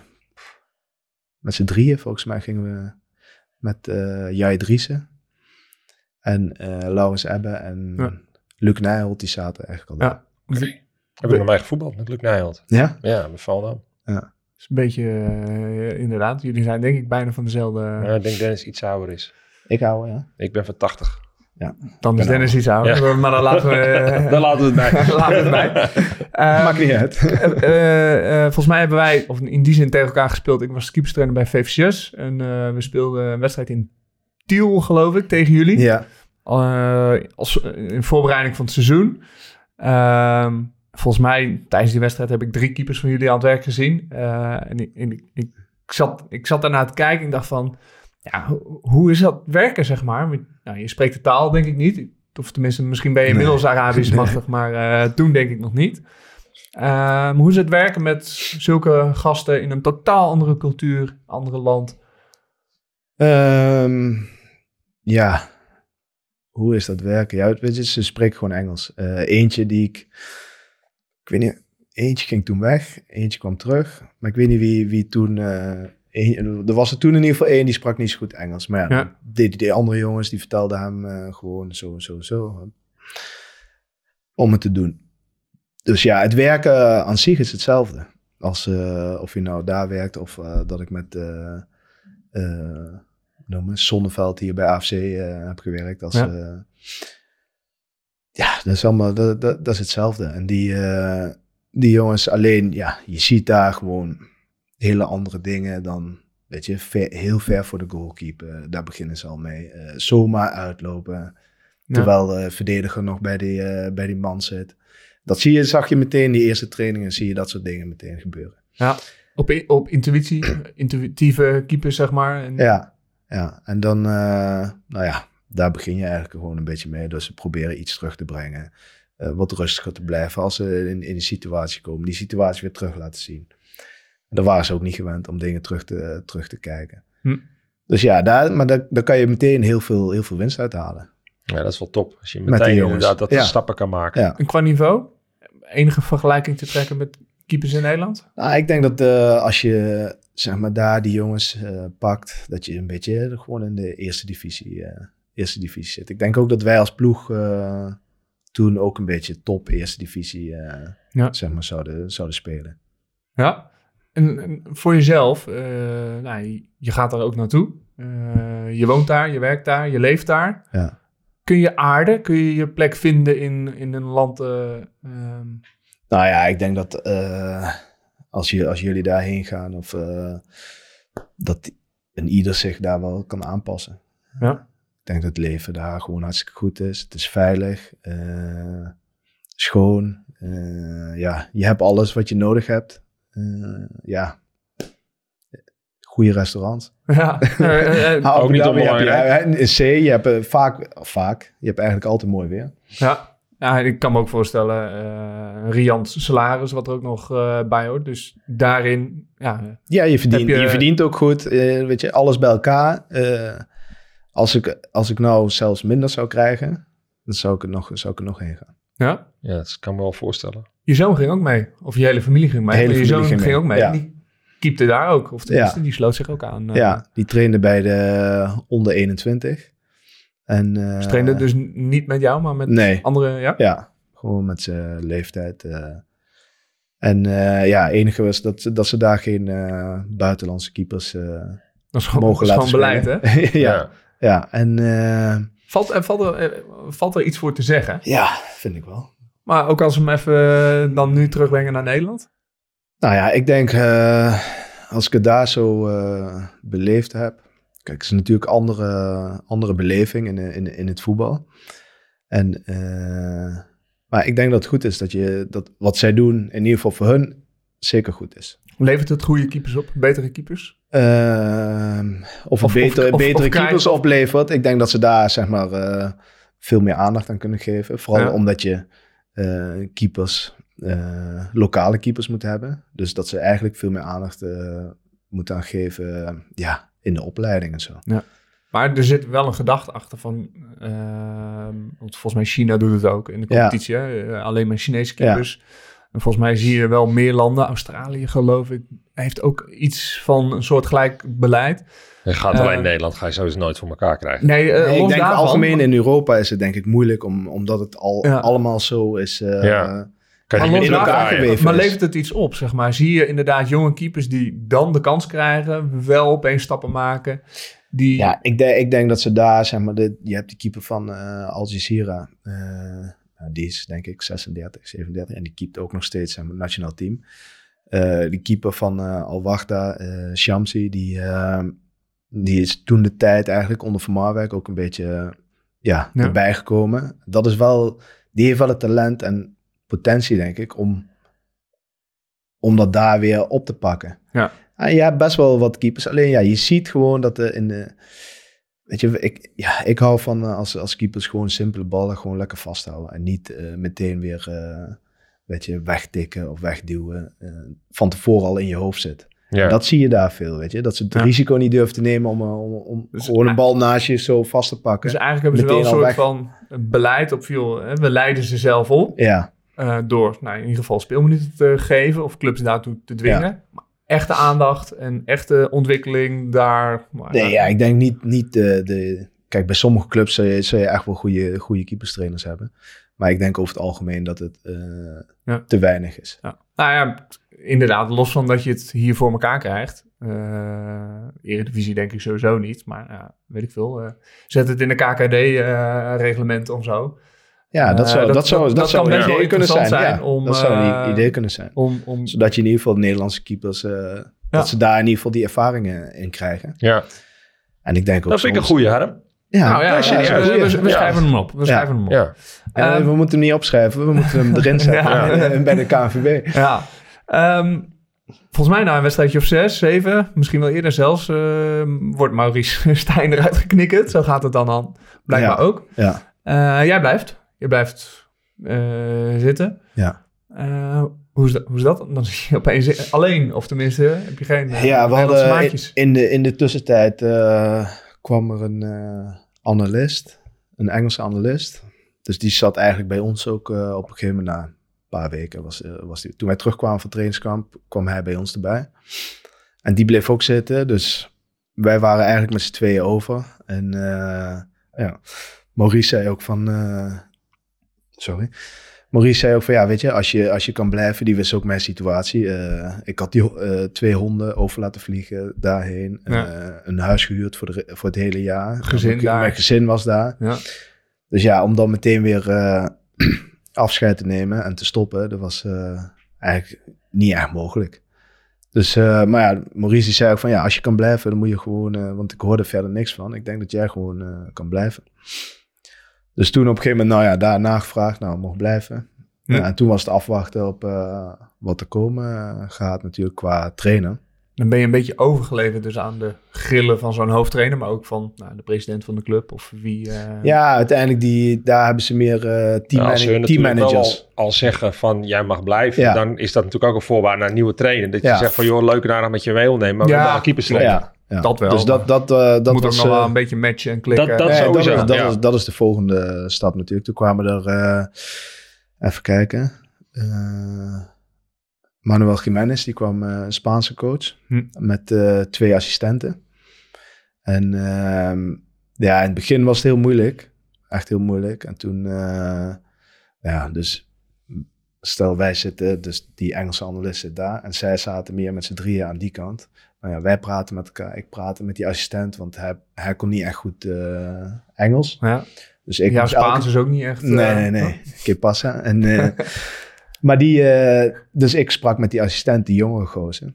Speaker 5: met z'n drieën. Volgens mij gingen we met uh, Jai Driessen en uh, Laurens Ebbe en
Speaker 3: Ja.
Speaker 5: Luc Nijholt. Die zaten eigenlijk al
Speaker 3: ja.
Speaker 5: daar.
Speaker 3: Het
Speaker 4: Heb ik nog mee gevoetbald met Luc Nijholt.
Speaker 5: Ja?
Speaker 4: Ja, bij Volendam.
Speaker 3: is een beetje, uh, inderdaad, jullie zijn denk ik bijna van dezelfde...
Speaker 4: Ja, ik denk Dennis iets ouder is.
Speaker 5: Ik hou, ja.
Speaker 4: Ik ben van tachtig.
Speaker 3: Dan is
Speaker 5: ben
Speaker 3: Dennis iets ouder,
Speaker 4: Ja.
Speaker 3: maar dan laten we...
Speaker 4: Daar laten we het bij.
Speaker 3: laten we het bij. Um,
Speaker 5: Maakt niet uit.
Speaker 3: Uh, uh, uh, volgens mij hebben wij, of in die zin tegen elkaar gespeeld. Ik was keeperstrainer bij V V C S. En uh, we speelden een wedstrijd in Tiel, geloof ik, tegen jullie.
Speaker 5: Ja.
Speaker 3: Uh, als, in voorbereiding van het seizoen. Uh, volgens mij, tijdens die wedstrijd heb ik drie keepers van jullie aan het werk gezien. Uh, en ik, en ik, ik, zat, ik zat daarna te kijken en ik dacht van... Ja, ho- hoe is dat werken, zeg maar? Want, nou, je spreekt de taal, denk ik niet. Of tenminste, misschien ben je
Speaker 5: Nee.
Speaker 3: inmiddels Arabisch
Speaker 5: Nee.
Speaker 3: machtig, maar uh, toen denk ik nog niet. Uh, maar hoe is het werken met zulke gasten in een totaal andere cultuur, andere land?
Speaker 5: Um, ja, hoe is dat werken? Ja, weet je, ze spreken gewoon Engels. Uh, eentje die ik, ik weet niet, eentje ging toen weg, eentje kwam terug. Maar ik weet niet wie, wie toen, uh, een, er was er toen in ieder geval één die sprak niet zo goed Engels. Maar ja,
Speaker 3: Ja.
Speaker 5: Die, die andere jongens die vertelden hem uh, gewoon zo, zo, zo. Om het te doen. Dus ja, het werken aan zich is hetzelfde. Als uh, of je nou daar werkt of uh, dat ik met uh, uh, noem het, Zonneveld hier bij A F C uh, heb gewerkt. Als,
Speaker 3: Ja.
Speaker 5: uh, ja, dat is allemaal, dat, dat, dat is hetzelfde. En die, uh, die jongens alleen, ja, je ziet daar gewoon hele andere dingen dan, weet je, ver, heel ver voor de goalkeeper. Daar beginnen ze al mee. Uh, zomaar uitlopen,
Speaker 3: Ja.
Speaker 5: terwijl de verdediger nog bij die, uh, bij die man zit. Dat zie je, zag je meteen, die eerste trainingen, zie je dat soort dingen meteen gebeuren.
Speaker 3: Ja, op, op intuïtie, intuïtieve keepers, zeg maar. En,
Speaker 5: Ja, ja. En dan, uh, nou ja, daar begin je eigenlijk gewoon een beetje mee. Dus ze proberen iets terug te brengen. Uh, wat rustiger te blijven als ze in, in die situatie komen. Die situatie weer terug laten zien. En daar waren ze ook niet gewend om dingen terug te, terug te kijken.
Speaker 3: Hm.
Speaker 5: Dus ja, daar, maar daar, daar kan je meteen heel veel, heel veel winst uithalen.
Speaker 4: Ja, dat is wel top. Als je
Speaker 5: Met
Speaker 4: meteen
Speaker 5: die jongens.
Speaker 4: inderdaad dat
Speaker 5: Ja.
Speaker 4: stappen kan maken.
Speaker 5: Ja.
Speaker 3: En qua niveau, enige vergelijking te trekken met keepers in Nederland?
Speaker 5: Nou, ik denk dat uh, als je zeg maar daar die jongens uh, pakt, dat je een beetje gewoon in de eerste divisie, uh, eerste divisie zit. Ik denk ook dat wij als ploeg uh, toen ook een beetje top eerste divisie uh,
Speaker 3: Ja.
Speaker 5: zeg maar zouden, zouden spelen.
Speaker 3: Ja. En, en voor jezelf, uh, nou, je gaat daar ook naartoe. Uh, je woont daar, je werkt daar, je leeft daar.
Speaker 5: Ja.
Speaker 3: Kun je aarden? Kun je je plek vinden in, in een land? Uh, um...
Speaker 5: Nou ja, ik denk dat uh, als, je, als jullie daarheen gaan, of uh, dat een ieder zich daar wel kan aanpassen.
Speaker 3: Ja.
Speaker 5: Ik denk dat het leven daar gewoon hartstikke goed is. Het is veilig, uh, schoon. Uh, ja, je hebt alles wat je nodig hebt. Uh, ja, goede restaurants.
Speaker 3: Ja. Uh, uh,
Speaker 5: Ook
Speaker 4: niet
Speaker 5: niet
Speaker 4: onbelangrijk.
Speaker 5: In C, je hebt uh, vaak, vaak, je hebt eigenlijk altijd mooi weer.
Speaker 3: ja. Ja, ik kan me ook voorstellen, uh, een riant salaris, wat er ook nog uh, bij hoort. Dus daarin, ja.
Speaker 5: Ja, je verdient,
Speaker 3: je-
Speaker 5: je... verdient ook goed. Uh, weet je, alles bij elkaar. Uh, als, ik, als ik nou zelfs minder zou krijgen, dan zou ik er nog, zou ik er nog heen gaan.
Speaker 3: ja.
Speaker 4: Ja, dat kan me wel voorstellen.
Speaker 3: Je zoon ging ook mee. Of je hele familie ging mee.
Speaker 5: De hele
Speaker 3: maar je zoon
Speaker 5: familie
Speaker 3: ging,
Speaker 5: ging mee,
Speaker 3: ook mee.
Speaker 5: ja.
Speaker 3: Die keepte daar ook. Of tenminste,
Speaker 5: Ja.
Speaker 3: die sloot zich ook aan. Uh,
Speaker 5: Ja, die trainde bij de onder eenentwintig. En, uh,
Speaker 3: Ze trainde dus n- niet met jou, maar met
Speaker 5: Nee.
Speaker 3: andere, ja?
Speaker 5: Ja, gewoon met zijn leeftijd. Uh. En uh, ja, het enige was dat, ze- dat ze daar geen uh, buitenlandse keepers uh,
Speaker 3: Dat is gewoon,
Speaker 5: mogen
Speaker 3: dat is
Speaker 5: laten
Speaker 3: gewoon beleid,
Speaker 5: spelen.
Speaker 3: hè?
Speaker 5: ja, ja, en uh,
Speaker 3: Valt, en valt, er, eh, valt er iets voor te zeggen?
Speaker 5: ja, vind ik wel.
Speaker 3: Maar ook als we hem even uh, dan nu terugbrengen naar Nederland?
Speaker 5: Nou ja, ik denk uh, als ik het daar zo uh, beleefd heb. Kijk, het is natuurlijk andere, andere beleving in, in, in het voetbal. En, uh, maar ik denk dat het goed is dat, je, dat wat zij doen, in ieder geval voor hun, zeker goed is.
Speaker 3: Levert het goede keepers op? Betere keepers?
Speaker 5: Uh, of,
Speaker 3: Of-
Speaker 5: of betere,
Speaker 3: of- of-
Speaker 5: betere
Speaker 3: of
Speaker 5: keepers
Speaker 3: krijgen-
Speaker 5: oplevert. Ik denk dat ze daar zeg maar uh, veel meer aandacht aan kunnen geven. Vooral
Speaker 3: Ja.
Speaker 5: omdat je uh, keepers, uh, lokale keepers moet hebben. Dus dat ze eigenlijk veel meer aandacht uh, moeten aan geven uh, ja, in de opleiding en zo.
Speaker 3: Maar er zit wel een gedachte achter van... Uh, want volgens mij China doet het ook in de competitie. Hè? Uh, alleen maar Chinese keepers. En volgens mij zie je wel meer landen. Australië, geloof ik, heeft ook iets van een soort gelijk beleid.
Speaker 4: Je gaat
Speaker 3: Uh,
Speaker 4: alleen in Nederland, ga je sowieso nooit voor elkaar krijgen.
Speaker 3: Nee, uh,
Speaker 5: Nee, ik
Speaker 3: los
Speaker 5: denk
Speaker 3: daarvan,
Speaker 5: algemeen in Europa is het denk ik moeilijk, om, omdat het al
Speaker 3: Ja.
Speaker 5: allemaal zo is. Uh,
Speaker 4: Ja. Kan je
Speaker 3: Maar
Speaker 4: niet
Speaker 3: los
Speaker 4: in elkaar
Speaker 3: daarvan,
Speaker 4: draaien.
Speaker 5: geweven
Speaker 3: maar
Speaker 5: is.
Speaker 3: levert het iets op, zeg maar? Zie je inderdaad jonge keepers die dan de kans krijgen, wel opeens stappen maken, die...
Speaker 5: Ja, ik, denk, ik denk dat ze daar, zeg maar, de, je hebt die keeper van uh, Al Jazeera. Uh, nou, die is denk ik zesendertig, zevenendertig. En die keept ook nog steeds zeg maar, het nationaal team. Uh, die keeper van uh, Al Wahda, uh, Shamsi, die, uh, die is toen de tijd eigenlijk onder Van Marwijk ook een beetje uh, ja,
Speaker 3: Ja.
Speaker 5: erbij gekomen. Dat is wel, die heeft wel het talent en potentie, denk ik, om, om dat daar weer op te pakken.
Speaker 3: Ja.
Speaker 5: En je hebt best wel wat keepers. Alleen ja, je ziet gewoon dat er in de... Weet je, ik, ja, ik hou van uh, als, als keepers gewoon simpele ballen gewoon lekker vasthouden. En niet uh, meteen weer uh, weet je, wegtikken of wegduwen. Uh, van tevoren al in je hoofd zit.
Speaker 4: Ja.
Speaker 5: Dat zie je daar veel, weet je. Dat ze het
Speaker 3: Ja.
Speaker 5: risico niet durven te nemen om, om, om
Speaker 3: Dus
Speaker 5: gewoon een
Speaker 3: a-
Speaker 5: bal naast je zo vast te pakken.
Speaker 3: Dus eigenlijk hebben ze wel een
Speaker 5: Meteen
Speaker 3: soort
Speaker 5: al weg.
Speaker 3: van beleid op, joh, hè, we leiden ze zelf op.
Speaker 5: Ja,
Speaker 3: Uh, door nou, in ieder geval speelminuten te geven of clubs daartoe te dwingen.
Speaker 5: Ja.
Speaker 3: Maar echte aandacht en echte ontwikkeling daar. Maar,
Speaker 5: nee, ja, ik denk niet, niet de, de... Kijk, bij sommige clubs zul je, zul je echt wel goede, goede keeperstrainers hebben. Maar ik denk over het algemeen dat het uh,
Speaker 3: Ja.
Speaker 5: te weinig is.
Speaker 3: Ja. Nou ja, inderdaad, los van dat je het hier voor elkaar krijgt. Uh, Eredivisie denk ik sowieso niet, maar ja, weet ik veel. Uh, zet het in de K K D-reglement uh, of zo.
Speaker 5: Ja, dat zou,
Speaker 3: Uh,
Speaker 5: dat,
Speaker 3: dat-
Speaker 5: zou,
Speaker 3: dat-
Speaker 5: dat
Speaker 3: dat
Speaker 5: zou
Speaker 3: kan
Speaker 5: een
Speaker 3: best wel
Speaker 5: idee kunnen zijn.
Speaker 3: interessant
Speaker 5: Ja,
Speaker 3: zijn om,
Speaker 5: dat zou
Speaker 3: uh,
Speaker 5: een idee kunnen zijn.
Speaker 3: Om, om,
Speaker 5: Zodat je in ieder geval de Nederlandse keepers... Uh,
Speaker 3: Ja.
Speaker 5: dat ze daar in ieder geval die ervaringen in krijgen.
Speaker 4: Ja.
Speaker 5: En ik denk ook
Speaker 4: Dat vind ik een
Speaker 5: soms-
Speaker 4: goede, Harm.
Speaker 5: Ja,
Speaker 3: nou ja,
Speaker 4: ja, serieus.
Speaker 3: we, we, we, we
Speaker 4: Ja.
Speaker 3: schrijven hem op. We
Speaker 5: Ja.
Speaker 3: schrijven hem op.
Speaker 4: Ja.
Speaker 5: Ja,
Speaker 3: Ehm,
Speaker 5: we moeten hem niet opschrijven, we moeten hem erin zetten.
Speaker 3: Ja.
Speaker 5: Ja. Bij de K N V B.
Speaker 3: Ja. Ehm, volgens mij na een wedstrijdje of zes, zeven, misschien wel eerder zelfs, uh, wordt Maurice Stijn eruit geknikkerd. Zo gaat het dan al blijkbaar
Speaker 5: Ja.
Speaker 3: ook.
Speaker 5: Ja.
Speaker 3: Uh, jij blijft. Je blijft uh, zitten.
Speaker 5: Ja.
Speaker 3: Uh, hoe, is dat, hoe is dat? Dan zit je opeens alleen, of tenminste heb je geen uh,
Speaker 5: Ja, we
Speaker 3: Nederlandse
Speaker 5: hadden in,
Speaker 3: maatjes.
Speaker 5: in, de, in de tussentijd uh, kwam er een uh, analist, een Engelse analist. Dus die zat eigenlijk bij ons ook uh, op een gegeven moment na een paar weken. Was, uh, was die, toen wij terugkwamen van trainingskamp, kwam hij bij ons erbij. En die bleef ook zitten, dus wij waren eigenlijk met z'n tweeën over. En uh, ja, Maurice zei ook van... Uh, sorry. Maurice zei ook van, ja, weet je, als je, als je kan blijven, die wist ook mijn situatie. Uh, ik had die uh, twee honden over laten vliegen daarheen.
Speaker 3: Ja.
Speaker 5: Uh, een huis gehuurd voor, de, voor het hele jaar.
Speaker 3: Gezin
Speaker 5: mijn,
Speaker 3: daar.
Speaker 5: Mijn gezin was daar.
Speaker 3: Ja.
Speaker 5: Dus ja, om dan meteen weer uh, afscheid te nemen en te stoppen, dat was uh, eigenlijk niet echt mogelijk. Dus, uh, maar ja, Maurice zei ook van, ja, als je kan blijven, dan moet je gewoon, uh, want ik hoorde verder niks van. Ik denk dat jij gewoon uh, kan blijven. Dus toen op een gegeven moment, nou ja, daarna gevraagd, nou, mocht blijven.
Speaker 3: Hm.
Speaker 5: Ja, en toen was het afwachten op uh, wat er komen uh, gaat natuurlijk qua trainen.
Speaker 3: Dan ben je een beetje overgeleverd dus aan de grillen van zo'n hoofdtrainer, maar ook van nou, de president van de club of wie. Uh...
Speaker 5: Ja, uiteindelijk, die, daar hebben ze meer uh, team
Speaker 4: Ja, als ze hun
Speaker 5: teammanagers.
Speaker 4: natuurlijk wel al, al zeggen van jij mag blijven,
Speaker 5: Ja.
Speaker 4: dan is dat natuurlijk ook een voorwaarde naar een nieuwe trainer. Dat je
Speaker 5: Ja.
Speaker 4: zegt van joh, leuk en aardig met je mee nemen, maar
Speaker 3: Ja,
Speaker 4: we hebben een keeperstrainer.
Speaker 5: Ja, ja.
Speaker 3: Dat wel,
Speaker 5: Dus dat, dat, uh, dat
Speaker 3: moet
Speaker 5: was...
Speaker 3: ook nog wel
Speaker 5: uh,
Speaker 3: een beetje matchen en klikken.
Speaker 4: dat- dat-
Speaker 5: nee,
Speaker 4: sowieso,
Speaker 5: dat, is, dat,
Speaker 4: ja.
Speaker 5: is, dat is de volgende stap natuurlijk. Toen kwamen er... Uh, even kijken. Uh, Manuel Jiménez, die kwam uh, een Spaanse coach.
Speaker 3: Hm.
Speaker 5: Met uh, twee assistenten. En uh, ja, in het begin was het heel moeilijk. Echt heel moeilijk. En toen... Uh, ja, dus... Stel, wij zitten... Dus die Engelse analist zit daar. En zij zaten meer met z'n drieën aan die kant. Nou ja, wij praten met elkaar. Ik praatte met die assistent, want hij, hij kon niet echt goed uh, Engels.
Speaker 3: Ja.
Speaker 5: Dus ik
Speaker 3: Jouw
Speaker 5: moest
Speaker 3: Spaans
Speaker 5: elke-
Speaker 3: is ook niet echt... uh,
Speaker 5: Nee, nee, nee. Que pasa. En, uh, maar die... Uh, dus ik sprak met die assistent, die jongere gozer.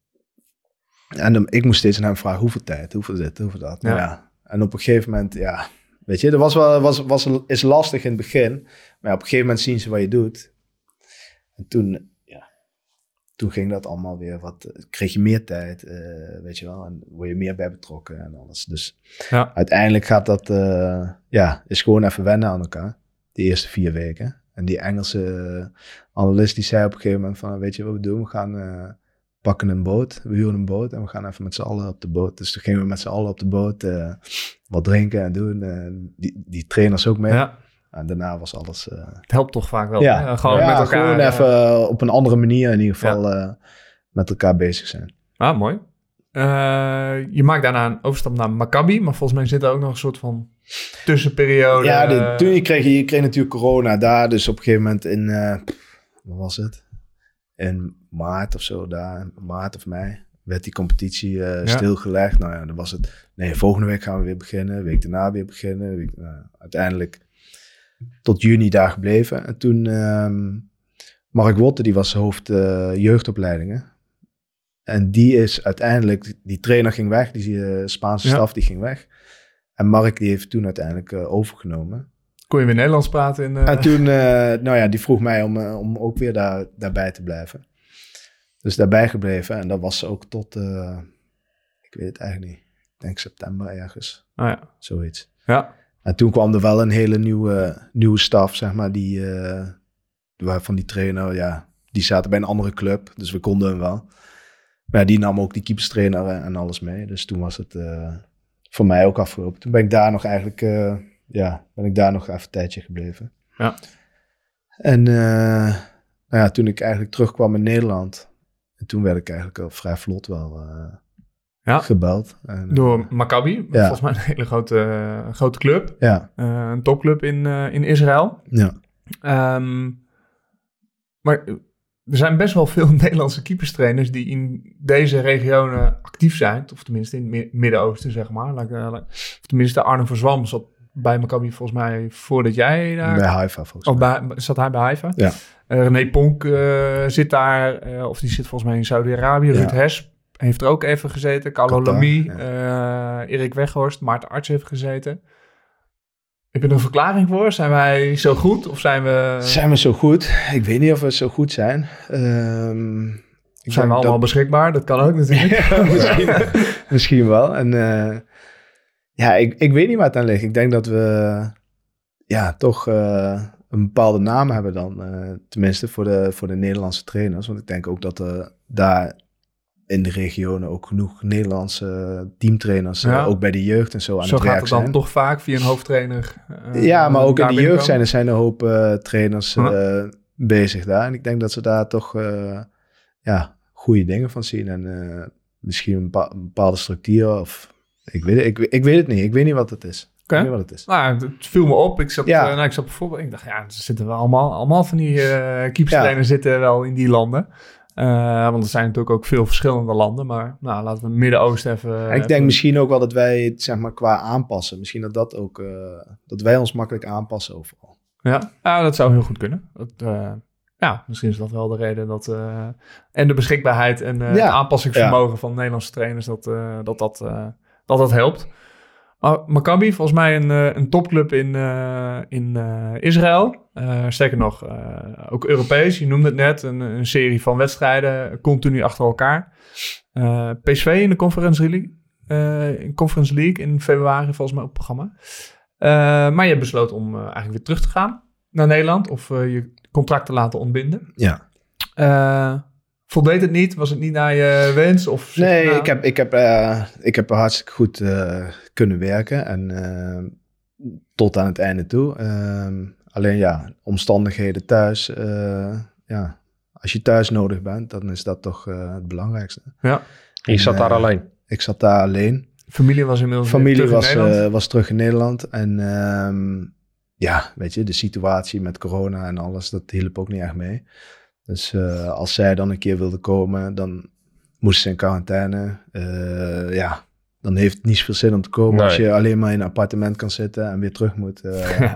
Speaker 5: En dan, ik moest steeds aan hem vragen, hoeveel tijd, hoeveel dit, hoeveel dat.
Speaker 3: Ja.
Speaker 5: Ja. Ja. En op een gegeven moment, ja... Weet je, dat was wel, was, was, is lastig in het begin. Maar ja, op een gegeven moment zien ze wat je doet. En toen... Toen ging dat allemaal weer wat, kreeg je meer tijd, uh, weet je wel, en word je meer bij betrokken en alles. Dus
Speaker 3: Ja.
Speaker 5: uiteindelijk gaat dat, uh, ja, is gewoon even wennen aan elkaar, de eerste vier weken. En die Engelse uh, analist die zei op een gegeven moment van, weet je wat we doen, we gaan uh, pakken een boot, we huren een boot en we gaan even met z'n allen op de boot. Dus toen gingen we met z'n allen op de boot uh, wat drinken en doen, uh, die, die trainers ook mee.
Speaker 3: Ja.
Speaker 5: En daarna was alles... Uh,
Speaker 3: Het helpt toch vaak wel.
Speaker 5: ja,
Speaker 3: hè? Gewoon
Speaker 5: ja,
Speaker 3: met elkaar.
Speaker 5: gewoon
Speaker 3: uh,
Speaker 5: even uh, op een andere manier in ieder geval uh, met elkaar bezig zijn.
Speaker 3: Ah, mooi. Uh, je maakt daarna een overstap naar Maccabi, maar volgens mij zit er ook nog een soort van tussenperiode.
Speaker 5: Ja, de, toen je kreeg, je kreeg natuurlijk corona daar, dus op een gegeven moment in, uh, wat was het? In maart of zo daar, maart of mei, werd die competitie uh,
Speaker 3: Ja.
Speaker 5: stilgelegd. Nou ja, dan was het, nee, volgende week gaan we weer beginnen, week daarna weer beginnen. Week, nou, uiteindelijk tot juni daar gebleven. En toen, um, Mark Wotte, die was hoofd uh, jeugdopleidingen. En die is uiteindelijk, die trainer ging weg, die uh, Spaanse
Speaker 3: Ja.
Speaker 5: staf, die ging weg. En Mark, die heeft toen uiteindelijk uh, overgenomen.
Speaker 3: Kon je weer Nederlands praten? In, uh...
Speaker 5: En toen, uh, nou ja, die vroeg mij om, uh, om ook weer daar, daarbij te blijven. Dus daarbij gebleven. En dat was ook tot, uh, ik weet het eigenlijk niet, ik denk september ergens,
Speaker 3: Oh ja.
Speaker 5: zoiets.
Speaker 3: Ja.
Speaker 5: En toen kwam er wel een hele nieuwe, nieuwe staf, zeg maar, die, uh, waarvan die trainer, ja, die zaten bij een andere club, dus we konden hem wel. Maar ja, die nam ook die keeperstrainer en alles mee. Dus toen was het uh, voor mij ook afgelopen. Toen ben ik daar nog eigenlijk, uh, ja, ben ik daar nog even een tijdje gebleven.
Speaker 3: Ja.
Speaker 5: En uh, nou ja, toen ik eigenlijk terugkwam in Nederland, en toen werd ik eigenlijk al vrij vlot wel uh,
Speaker 3: ja.
Speaker 5: gebeld. En,
Speaker 3: Door
Speaker 5: uh,
Speaker 3: Maccabi,
Speaker 5: ja.
Speaker 3: volgens mij een hele grote, uh, grote club.
Speaker 5: Ja.
Speaker 3: Uh, een topclub in, uh, in Israël.
Speaker 5: Ja.
Speaker 3: Um, maar er zijn best wel veel Nederlandse keeperstrainers die in deze regionen actief zijn. Of tenminste in het mi- Midden-Oosten, zeg maar. Like, uh, like, of tenminste, Arne van Zwam zat bij Maccabi volgens mij voordat jij daar...
Speaker 5: Bij Haifa volgens
Speaker 3: Of
Speaker 5: mij.
Speaker 3: bij, zat hij bij Haifa?
Speaker 5: Ja.
Speaker 3: Uh, René Ponk uh, zit daar, uh, of die zit volgens mij in Saudi-Arabië.
Speaker 5: Ja.
Speaker 3: Ruud Hes heeft er ook even gezeten. Carlo
Speaker 5: Qatar,
Speaker 3: Lamy,
Speaker 5: ja.
Speaker 3: uh, Erik Weghorst, Maarten Arts heeft gezeten. Heb je er een verklaring voor? Zijn wij zo goed of zijn we...
Speaker 5: Zijn we zo goed? Ik weet niet of we zo goed zijn. Um, ik
Speaker 3: zijn we allemaal
Speaker 5: dat...
Speaker 3: beschikbaar? Dat kan ook natuurlijk.
Speaker 5: Ja, misschien, misschien wel. En uh, ja, ik, ik weet niet waar het aan ligt. Ik denk dat we ja, toch uh, een bepaalde naam hebben dan. Uh, tenminste voor de, voor de Nederlandse trainers. Want ik denk ook dat er daar in de regionen ook genoeg Nederlandse teamtrainers,
Speaker 3: Ja.
Speaker 5: uh, ook bij de jeugd en zo aan
Speaker 3: Zo
Speaker 5: het
Speaker 3: gaat
Speaker 5: werk
Speaker 3: het dan
Speaker 5: zijn.
Speaker 3: toch vaak via een hoofdtrainer. Uh,
Speaker 5: Ja, maar ook in
Speaker 3: daar
Speaker 5: de jeugd zijn
Speaker 3: binnenkomen?
Speaker 5: er, zijn er een hoop uh, trainers uh,
Speaker 3: Huh?
Speaker 5: bezig daar. En ik denk dat ze daar toch uh, ja, goede dingen van zien. En uh, misschien een, bepa- een bepaalde structuur of... Ik weet, het, ik, ik weet het niet. Ik weet niet wat het is.
Speaker 3: Oké.
Speaker 5: Ik weet niet wat het is.
Speaker 3: Nou, het viel me op. Ik zat,
Speaker 5: Ja.
Speaker 3: uh, nou, ik zat bijvoorbeeld... Ik dacht, ja, er zitten wel allemaal, allemaal van die uh, keeperstrainers zitten wel in die landen. Uh, want er zijn natuurlijk ook veel verschillende landen. Maar nou, laten we het Midden-Oosten even...
Speaker 5: En ik denk
Speaker 3: even-
Speaker 5: misschien ook wel dat wij het zeg maar qua aanpassen. Misschien dat dat ook... Uh, dat wij ons makkelijk aanpassen overal.
Speaker 3: Ja, ja, dat zou heel goed kunnen. Dat, uh, ja, misschien is dat wel de reden dat... Uh, en de beschikbaarheid en uh,
Speaker 5: Ja.
Speaker 3: het aanpassingsvermogen van Nederlandse trainers... dat uh, dat, dat, uh, dat, dat helpt. Uh, Maccabi, volgens mij een, uh, een topclub in, uh, in uh, Israël. Uh, sterker nog, uh, ook Europees. Je noemde het net, een, een serie van wedstrijden continu achter elkaar. Uh, P S V in de Conference League, uh, in Conference League in februari volgens mij op het programma. Uh, maar je besloot om uh, eigenlijk weer terug te gaan naar Nederland of uh, je contract te laten ontbinden.
Speaker 5: Ja.
Speaker 3: Uh, voldeed het niet? Was het niet naar je wens? Of zeg
Speaker 5: Nee,
Speaker 3: je nou-
Speaker 5: ik, heb, ik, heb, uh, ik heb er hartstikke goed uh, kunnen werken. En uh, tot aan het einde toe. Uh, alleen ja, omstandigheden thuis. Uh, ja, als je thuis nodig bent, dan is dat toch uh, het belangrijkste.
Speaker 3: Ja.
Speaker 4: Je zat
Speaker 5: En,
Speaker 4: daar
Speaker 5: uh,
Speaker 4: alleen.
Speaker 5: Ik zat daar alleen.
Speaker 3: Familie was inmiddels weer
Speaker 5: Familie
Speaker 3: terug
Speaker 5: was,
Speaker 3: in Nederland.
Speaker 5: uh, was terug in Nederland. En um, ja, weet je, de situatie met corona en alles, dat hielp ook niet echt mee. Dus uh, als zij dan een keer wilde komen, dan moest ze in quarantaine. Uh, ja, dan heeft het niet zoveel zin om te komen
Speaker 4: Nee.
Speaker 5: als je alleen maar in een appartement kan zitten en weer terug moet. Uh,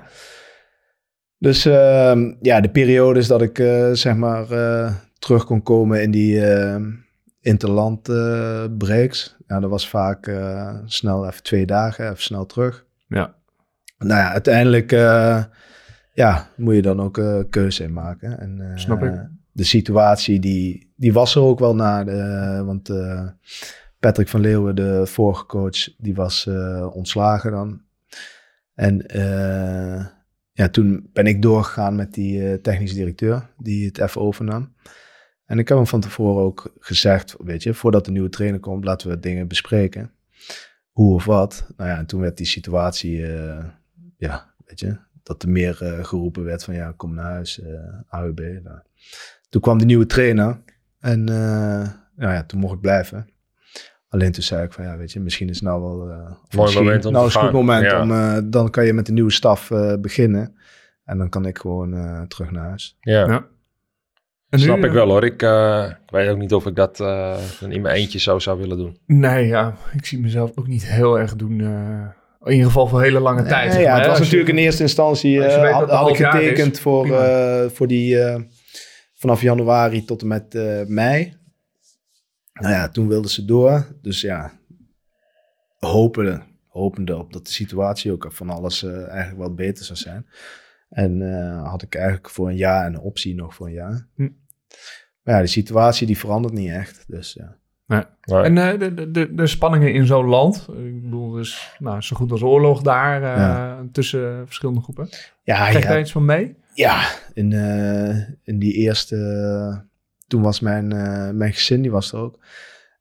Speaker 5: dus uh, ja, de periodes dat ik uh, zeg maar uh, terug kon komen in die uh, interland uh, breaks, ja, dat was vaak uh, snel even twee dagen, even snel terug.
Speaker 3: Ja.
Speaker 5: Nou ja, uiteindelijk uh, ja, moet je dan ook uh, keuze in maken. En, uh,
Speaker 3: Snap ik.
Speaker 5: De situatie die, die was er ook wel na, de, want uh, Patrick van Leeuwen, de vorige coach, die was uh, ontslagen dan. En uh, ja, toen ben ik doorgegaan met die uh, technisch directeur, die het even overnam. En ik heb hem van tevoren ook gezegd, weet je, voordat de nieuwe trainer komt, laten we dingen bespreken. Hoe of wat. Nou ja, en toen werd die situatie, uh, ja, weet je, dat er meer uh, geroepen werd van ja, kom naar huis, uh, A U B. Nou. Toen kwam de nieuwe trainer en uh, nou ja, toen mocht ik blijven. Alleen toen zei ik van ja, weet je, misschien is het nou wel... Uh,
Speaker 4: Mooi moment om
Speaker 5: nou
Speaker 4: te
Speaker 5: is een goed
Speaker 4: gaan.
Speaker 5: moment
Speaker 4: Ja.
Speaker 5: om, uh, dan kan je met de nieuwe staf uh, beginnen. En dan kan ik gewoon uh, terug naar huis.
Speaker 4: Ja.
Speaker 3: Ja. En nu,
Speaker 4: Snap ik
Speaker 3: uh,
Speaker 4: wel hoor. Ik, uh, ik weet ook niet of ik dat uh, in mijn eentje zo zou willen doen.
Speaker 3: Nee, ja, ik zie mezelf ook niet heel erg doen. Uh, in ieder geval voor hele lange tijd.
Speaker 5: Nee,
Speaker 3: zeg
Speaker 5: ja,
Speaker 3: maar,
Speaker 5: het
Speaker 3: hè.
Speaker 5: was
Speaker 3: Als je-
Speaker 5: natuurlijk in eerste instantie...
Speaker 3: als je
Speaker 5: Uh,
Speaker 3: weet
Speaker 5: had,
Speaker 3: dat het
Speaker 5: had ik
Speaker 3: half jaar
Speaker 5: getekend
Speaker 3: is,
Speaker 5: voor,
Speaker 3: prima.
Speaker 5: uh, voor die... Uh, vanaf januari tot en met uh, mei. Nou ja, toen wilden ze door. Dus ja, hopende, hopende op dat de situatie ook van alles uh, eigenlijk wel beter zou zijn. En uh, had ik eigenlijk voor een jaar een optie nog voor een jaar.
Speaker 3: Hm.
Speaker 5: Maar ja, de situatie die verandert niet echt. Dus ja.
Speaker 3: Nee.
Speaker 4: Nee.
Speaker 3: En uh, de, de, de, de spanningen in zo'n land. Ik bedoel, dus nou, zo goed als oorlog daar uh,
Speaker 5: Ja.
Speaker 3: tussen verschillende groepen.
Speaker 5: Ja,
Speaker 3: Krijg je
Speaker 5: ja,
Speaker 3: daar iets van mee?
Speaker 5: ja in, uh, in die eerste... toen was mijn, uh, mijn gezin, die was er ook.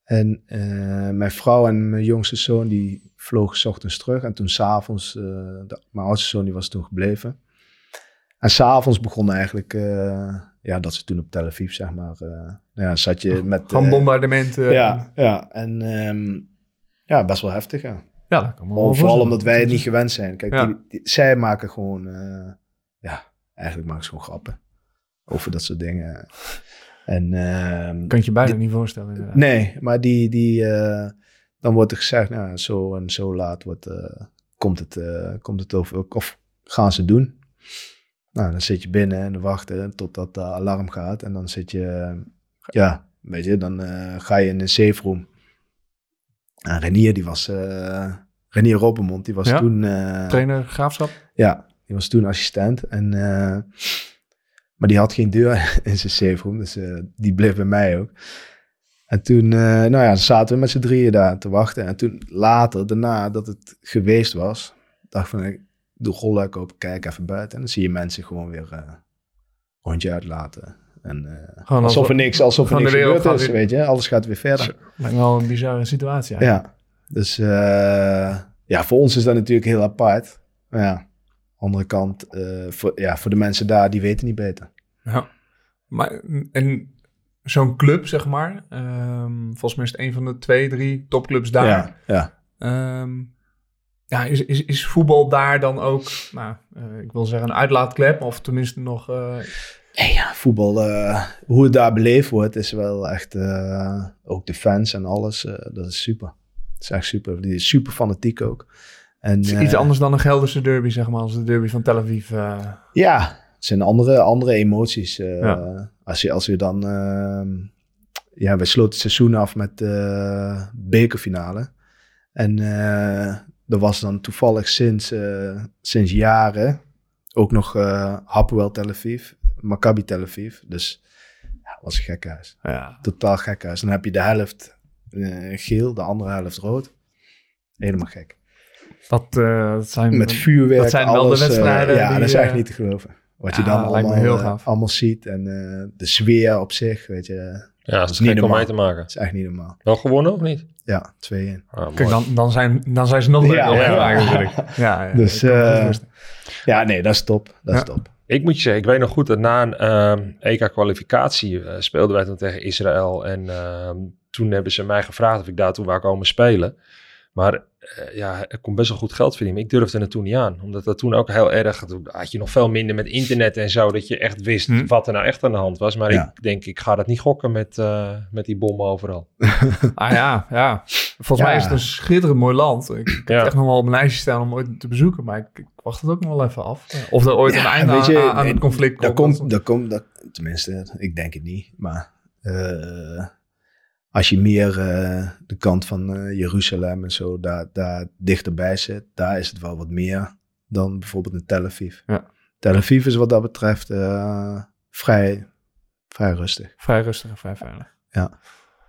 Speaker 5: En uh, mijn vrouw en mijn jongste zoon, die vlogen 's ochtends terug. En toen 's avonds, uh, de, mijn oudste zoon, die was toen gebleven. En 's avonds begon eigenlijk, uh, ja, dat ze toen op Tel Aviv, zeg maar, uh, nou ja, zat je met...
Speaker 3: Gewoon
Speaker 5: uh,
Speaker 3: bombardementen.
Speaker 5: Ja, ja, en um, ja, best wel heftig, ja.
Speaker 3: Ja, dat kan me wel
Speaker 5: Vooral
Speaker 3: voorstellen.
Speaker 5: omdat wij het niet gewend zijn. Kijk,
Speaker 3: Ja.
Speaker 5: die, die, zij maken gewoon, uh, ja, eigenlijk maken ze gewoon grappen over dat soort dingen. En, um,
Speaker 3: Kan je je bijna
Speaker 5: die,
Speaker 3: niet voorstellen, inderdaad.
Speaker 5: Nee, maar die, die uh, dan wordt er gezegd, nou, zo en zo laat wordt, uh, komt, het, uh, komt het over, of gaan ze doen. Nou, dan zit je binnen en wachten totdat de alarm gaat. En dan zit je, uh, ja, weet je, dan uh, ga je in een safe room. En Renier, die was, uh, Renier Robbenmond, die was
Speaker 3: Ja?
Speaker 5: toen... Uh,
Speaker 3: Trainer Graafschap?
Speaker 5: Ja, die was toen assistent. En, uh, maar die had geen deur in zijn safe room, dus uh, die bleef bij mij ook. En toen, uh, nou ja, zaten we met z'n drieën daar te wachten. En toen later, daarna dat het geweest was, dacht ik van, ik doe rolluik open, kijk even buiten. En dan zie je mensen gewoon weer uh, rondje uitlaten. En uh,
Speaker 3: Gewoon
Speaker 5: alsof er niks, alsof er
Speaker 3: gewoon
Speaker 5: niks
Speaker 3: de wereld
Speaker 5: gebeurd is,
Speaker 3: gaat weer-
Speaker 5: weet je. Alles gaat weer verder.
Speaker 3: Lijkt me wel een bizarre situatie
Speaker 5: Ja,
Speaker 3: eigenlijk.
Speaker 5: dus uh, ja, voor ons is dat natuurlijk heel apart. Maar ja, andere kant, uh, voor, ja, voor de mensen daar, die weten niet beter.
Speaker 3: Ja. Maar, en zo'n club, zeg maar. Um, volgens mij is het een van de twee, drie topclubs daar.
Speaker 5: Ja, ja.
Speaker 3: Um, ja, is, is, is voetbal daar dan ook, nou, uh, ik wil zeggen een uitlaatklep, of tenminste nog... Uh...
Speaker 5: Nee, ja, voetbal, uh, hoe het daar beleefd wordt, is wel echt, uh, ook de fans en alles, uh, dat is super. Dat is echt super. Die is super fanatiek ook. En,
Speaker 3: is
Speaker 5: uh,
Speaker 3: iets anders dan een Gelderse derby, zeg maar, als de derby van Tel Aviv. Uh...
Speaker 5: Ja, het zijn andere, andere emoties. Uh,
Speaker 3: Ja.
Speaker 5: Als je, als je dan, uh, ja, we sloten het seizoen af met de bekerfinale. En uh, er was dan toevallig sinds, uh, sinds jaren ook nog uh, Hapoel Tel Aviv, Maccabi Tel Aviv. Dus ja, het was een gekhuis.
Speaker 3: Ja.
Speaker 5: Totaal gekhuis. Dan heb je de helft uh, geel, de andere helft rood. Helemaal gek.
Speaker 3: Dat, uh, dat zijn,
Speaker 5: Met vuurwerk,
Speaker 3: dat zijn wel
Speaker 5: alles,
Speaker 3: de wedstrijden.
Speaker 5: Uh, ja,
Speaker 3: die,
Speaker 5: dat is echt
Speaker 3: uh,
Speaker 5: niet te geloven. Wat
Speaker 3: ja,
Speaker 5: je dan
Speaker 3: lijkt me
Speaker 5: allemaal,
Speaker 3: heel
Speaker 5: uh,
Speaker 3: gaaf.
Speaker 5: allemaal ziet. En uh, de sfeer op zich, weet je.
Speaker 4: Ja, dat
Speaker 5: is
Speaker 4: is
Speaker 5: niet
Speaker 4: gek om
Speaker 5: normaal.
Speaker 4: mee te maken.
Speaker 5: Dat is echt niet normaal.
Speaker 4: Wel gewonnen of niet?
Speaker 5: Ja, twee-één.
Speaker 4: Ah, mooi.
Speaker 3: Kijk, dan, dan, zijn, dan zijn ze nog
Speaker 5: Ja,
Speaker 3: leuker om
Speaker 5: ja.
Speaker 3: te maken natuurlijk. Ja, ja,
Speaker 5: Dus
Speaker 3: ik kan me
Speaker 5: uh,
Speaker 3: goed voorstellen.
Speaker 5: ja, nee, dat is top. Dat is
Speaker 3: Ja.
Speaker 5: top.
Speaker 4: Ik moet je zeggen, ik weet nog goed dat na een uh, E K-kwalificatie uh, speelden wij toen tegen Israël. En uh, toen hebben ze mij gevraagd of ik daar toen wou komen spelen. Maar uh, ja, er kon best wel goed geld verdienen. Ik durfde het toen niet aan. Omdat dat toen ook heel erg... Toen had je nog veel minder met internet en zo. Dat je echt wist
Speaker 3: Hm.
Speaker 4: wat er nou echt aan de hand was. Maar
Speaker 5: Ja.
Speaker 4: ik denk, ik ga dat niet gokken met, uh, met die bommen overal.
Speaker 3: Ah ja, ja. Volgens
Speaker 5: Ja.
Speaker 3: mij is het een schitterend mooi land. Ik, ik heb
Speaker 4: Ja.
Speaker 3: het echt nog wel op mijn lijstje staan om ooit te bezoeken. Maar ik, ik wacht het ook nog wel even af. Of er ooit
Speaker 5: Ja,
Speaker 3: een einde
Speaker 5: weet je,
Speaker 3: aan, aan het
Speaker 5: nee,
Speaker 3: conflict
Speaker 5: Daar
Speaker 3: komt.
Speaker 5: komt, daar komt dat, tenminste, ik denk het niet. Maar uh, als je meer uh, de kant van uh, Jeruzalem en zo daar, daar dichterbij zit, daar is het wel wat meer dan bijvoorbeeld in Tel Aviv.
Speaker 3: Ja.
Speaker 5: Tel Aviv is wat dat betreft uh, vrij, vrij rustig.
Speaker 3: Vrij rustig en vrij veilig.
Speaker 5: Ja.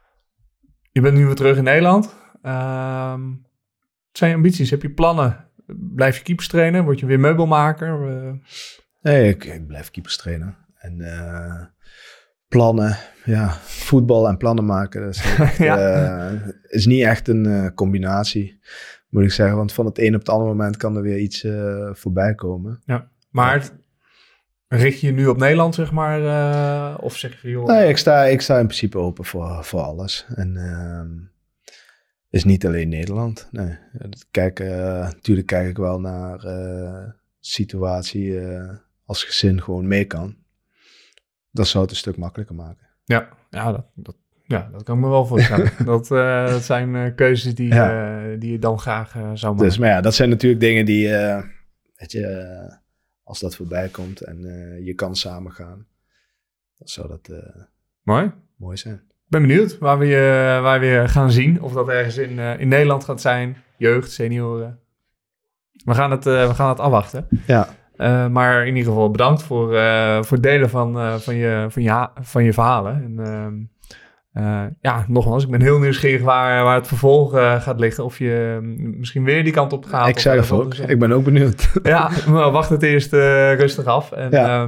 Speaker 3: Je bent nu weer terug in Nederland. Um, wat zijn je ambities? Heb je plannen? Blijf je keepers trainen? Word je weer meubelmaker? Uh...
Speaker 5: Nee, ik, ik blijf keepers trainen. En uh, plannen, ja, voetbal en plannen maken, dat is, niet echt,
Speaker 3: Ja.
Speaker 5: uh, is niet echt een uh, combinatie, moet ik zeggen. Want van het een op het andere moment kan er weer iets uh, voorbij komen.
Speaker 3: Ja. Maar richt je je nu op Nederland, zeg maar? Uh, of zeg je, joh...
Speaker 5: Nee, ik sta, ik sta in principe open voor, voor alles. En uh, is niet alleen Nederland. Nee, kijk, uh, natuurlijk kijk ik wel naar uh, situatie uh, als gezin gewoon mee kan. Dat zou het een stuk makkelijker maken.
Speaker 3: Ja, ja, dat, dat, ja, dat kan ik me wel voorstellen. dat, uh, dat zijn uh, keuzes die,
Speaker 5: Ja.
Speaker 3: uh, die je dan graag uh, zou maken.
Speaker 5: Dus, maar ja, dat zijn natuurlijk dingen die, uh, weet je, uh, als dat voorbij komt en uh, je kan samen gaan, dan zou dat uh,
Speaker 3: Mooi.
Speaker 5: mooi zijn.
Speaker 3: Ik ben benieuwd waar we je, waar we je gaan zien. Of dat ergens in, uh, in Nederland gaat zijn. Jeugd, senioren. We gaan het, uh, we gaan het afwachten.
Speaker 5: Ja.
Speaker 3: Uh, maar in ieder geval bedankt voor, uh, voor het delen van, uh, van, je, van, je, van je verhalen. En, uh, uh, ja, nogmaals, ik ben heel nieuwsgierig waar, waar het vervolg uh, gaat liggen. Of je uh, misschien weer die kant op gaat.
Speaker 5: Ik zelf ook. Ik ben ook benieuwd.
Speaker 3: Ja, maar wacht het eerst uh, rustig af. En
Speaker 5: Ja.
Speaker 3: um,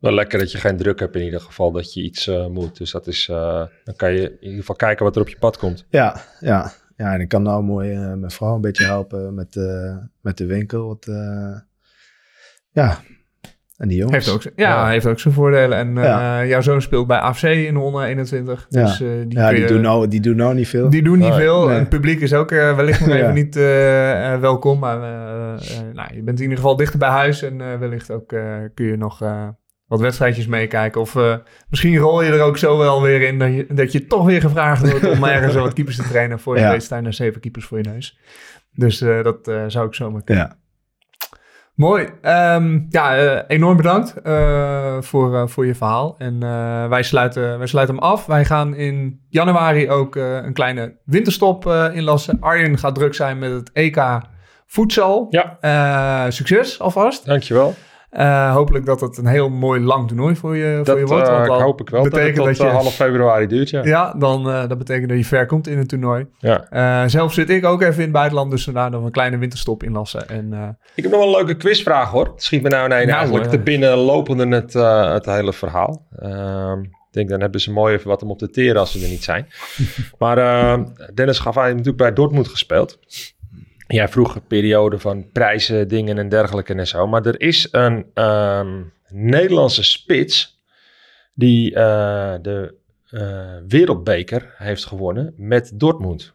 Speaker 4: Wel lekker dat je geen druk hebt in ieder geval dat je iets uh, moet. Dus dat is, uh, dan kan je in ieder geval kijken wat er op je pad komt.
Speaker 5: Ja, ja. Ja, en ik kan nou mooi uh, mijn vrouw een beetje helpen met, uh, met de winkel. Wat, uh, ja, en die jongens.
Speaker 3: Heeft ook, ja, ja, heeft ook zijn voordelen. En uh, ja. jouw zoon speelt bij A F C in de onder eenentwintig.
Speaker 5: Ja,
Speaker 3: dus, uh, die,
Speaker 5: ja,
Speaker 3: die,
Speaker 5: die, doen nou, die doen nou niet veel.
Speaker 3: Die doen niet nee. veel.
Speaker 5: Nee.
Speaker 3: En het publiek is ook uh, wellicht nog even ja. niet uh, uh, welkom. Maar uh, uh, nou, je bent in ieder geval dichter bij huis. En uh, wellicht ook uh, kun je nog uh, wat wedstrijdjes meekijken. Of uh, misschien rol je er ook zo wel weer in dat je, dat je toch weer gevraagd wordt om ergens wat keepers te trainen. Voor je ja. weet staan er zeven keepers voor je neus. Dus uh, dat uh, zou ik zomaar kunnen.
Speaker 5: Ja.
Speaker 3: Mooi. Um, ja, uh, enorm bedankt uh, voor, uh, voor je verhaal. En uh, wij, sluiten, wij sluiten hem af. Wij gaan in januari ook uh, een kleine winterstop uh, inlassen. Arjen gaat druk zijn met het E K voedsel.
Speaker 4: Ja.
Speaker 3: Uh, succes alvast.
Speaker 4: Dankjewel.
Speaker 3: Uh, hopelijk dat het een heel mooi lang toernooi voor je,
Speaker 4: dat,
Speaker 3: voor je wordt.
Speaker 4: Want uh, ik hoop ik wel dat het tot dat je, uh, half februari duurt, ja.
Speaker 3: Ja, dan, uh, dat betekent dat je ver komt in het toernooi.
Speaker 4: Ja.
Speaker 3: Uh, zelf zit ik ook even in het buitenland, dus vandaar nog een kleine winterstop inlassen. En, uh,
Speaker 4: ik heb nog wel een leuke quizvraag, hoor. Het schiet me nou nee, nou, eigenlijk uh, te binnen lopende het, uh, het hele verhaal. Uh, ik denk, dan hebben ze mooi even wat om op te teren als ze er niet zijn. Maar uh, Dennis gaf hij natuurlijk bij Dortmund gespeeld. Jij vroeg een periode van prijzen, dingen en dergelijke en zo. Maar er is een um, Nederlandse spits die uh, de uh, wereldbeker heeft gewonnen met Dortmund.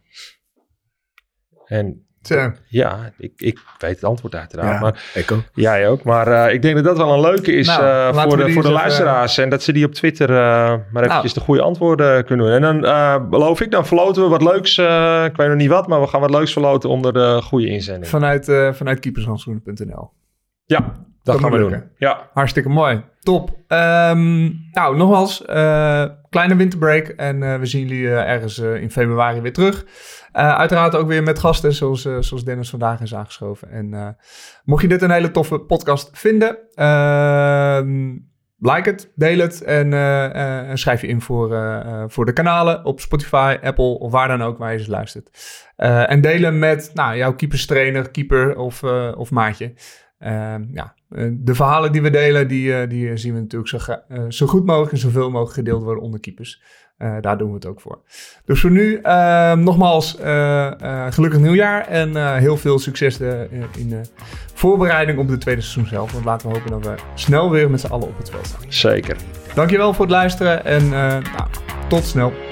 Speaker 4: En
Speaker 3: Zo.
Speaker 4: ja, ik, ik weet het antwoord uiteraard.
Speaker 5: Ja,
Speaker 4: maar,
Speaker 5: ik ook.
Speaker 4: Jij ook. Maar uh, ik denk dat dat wel een leuke is nou, uh, voor de, voor de luisteraars. Uh, en dat ze die op Twitter uh, maar eventjes nou. de goede antwoorden kunnen doen. En dan uh, beloof ik, dan verloten we wat leuks. Uh, ik weet nog niet wat, maar we gaan wat leuks verloten onder de goede inzending.
Speaker 3: Vanuit, uh, vanuit keepershandschoenen punt n l.
Speaker 4: Ja, dat, dat gaan we lukken. doen. Ja.
Speaker 3: Hartstikke mooi. Top. Um, nou, nogmaals, uh, kleine winterbreak. En uh, we zien jullie uh, ergens uh, in februari weer terug. Uh, uiteraard ook weer met gasten, zoals, uh, zoals Dennis vandaag is aangeschoven. En uh, mocht je dit een hele toffe podcast vinden, uh, like het, deel het en uh, uh, schrijf je in voor, uh, uh, voor de kanalen op Spotify, Apple of waar dan ook waar je ze luistert. Uh, en delen met nou, jouw keeperstrainer, keeper of, uh, of maatje. Uh, ja, de verhalen die we delen, die, uh, die zien we natuurlijk zo, uh, zo goed mogelijk en zoveel mogelijk gedeeld worden onder keepers. Uh, daar doen we het ook voor. Dus voor nu, uh, nogmaals, uh, uh, gelukkig nieuwjaar en uh, heel veel succes de, uh, in de voorbereiding op de tweede seizoen zelf. Want laten we hopen dat we snel weer met z'n allen op het veld staan.
Speaker 4: Zeker.
Speaker 3: Dankjewel voor het luisteren en uh, nou, tot snel.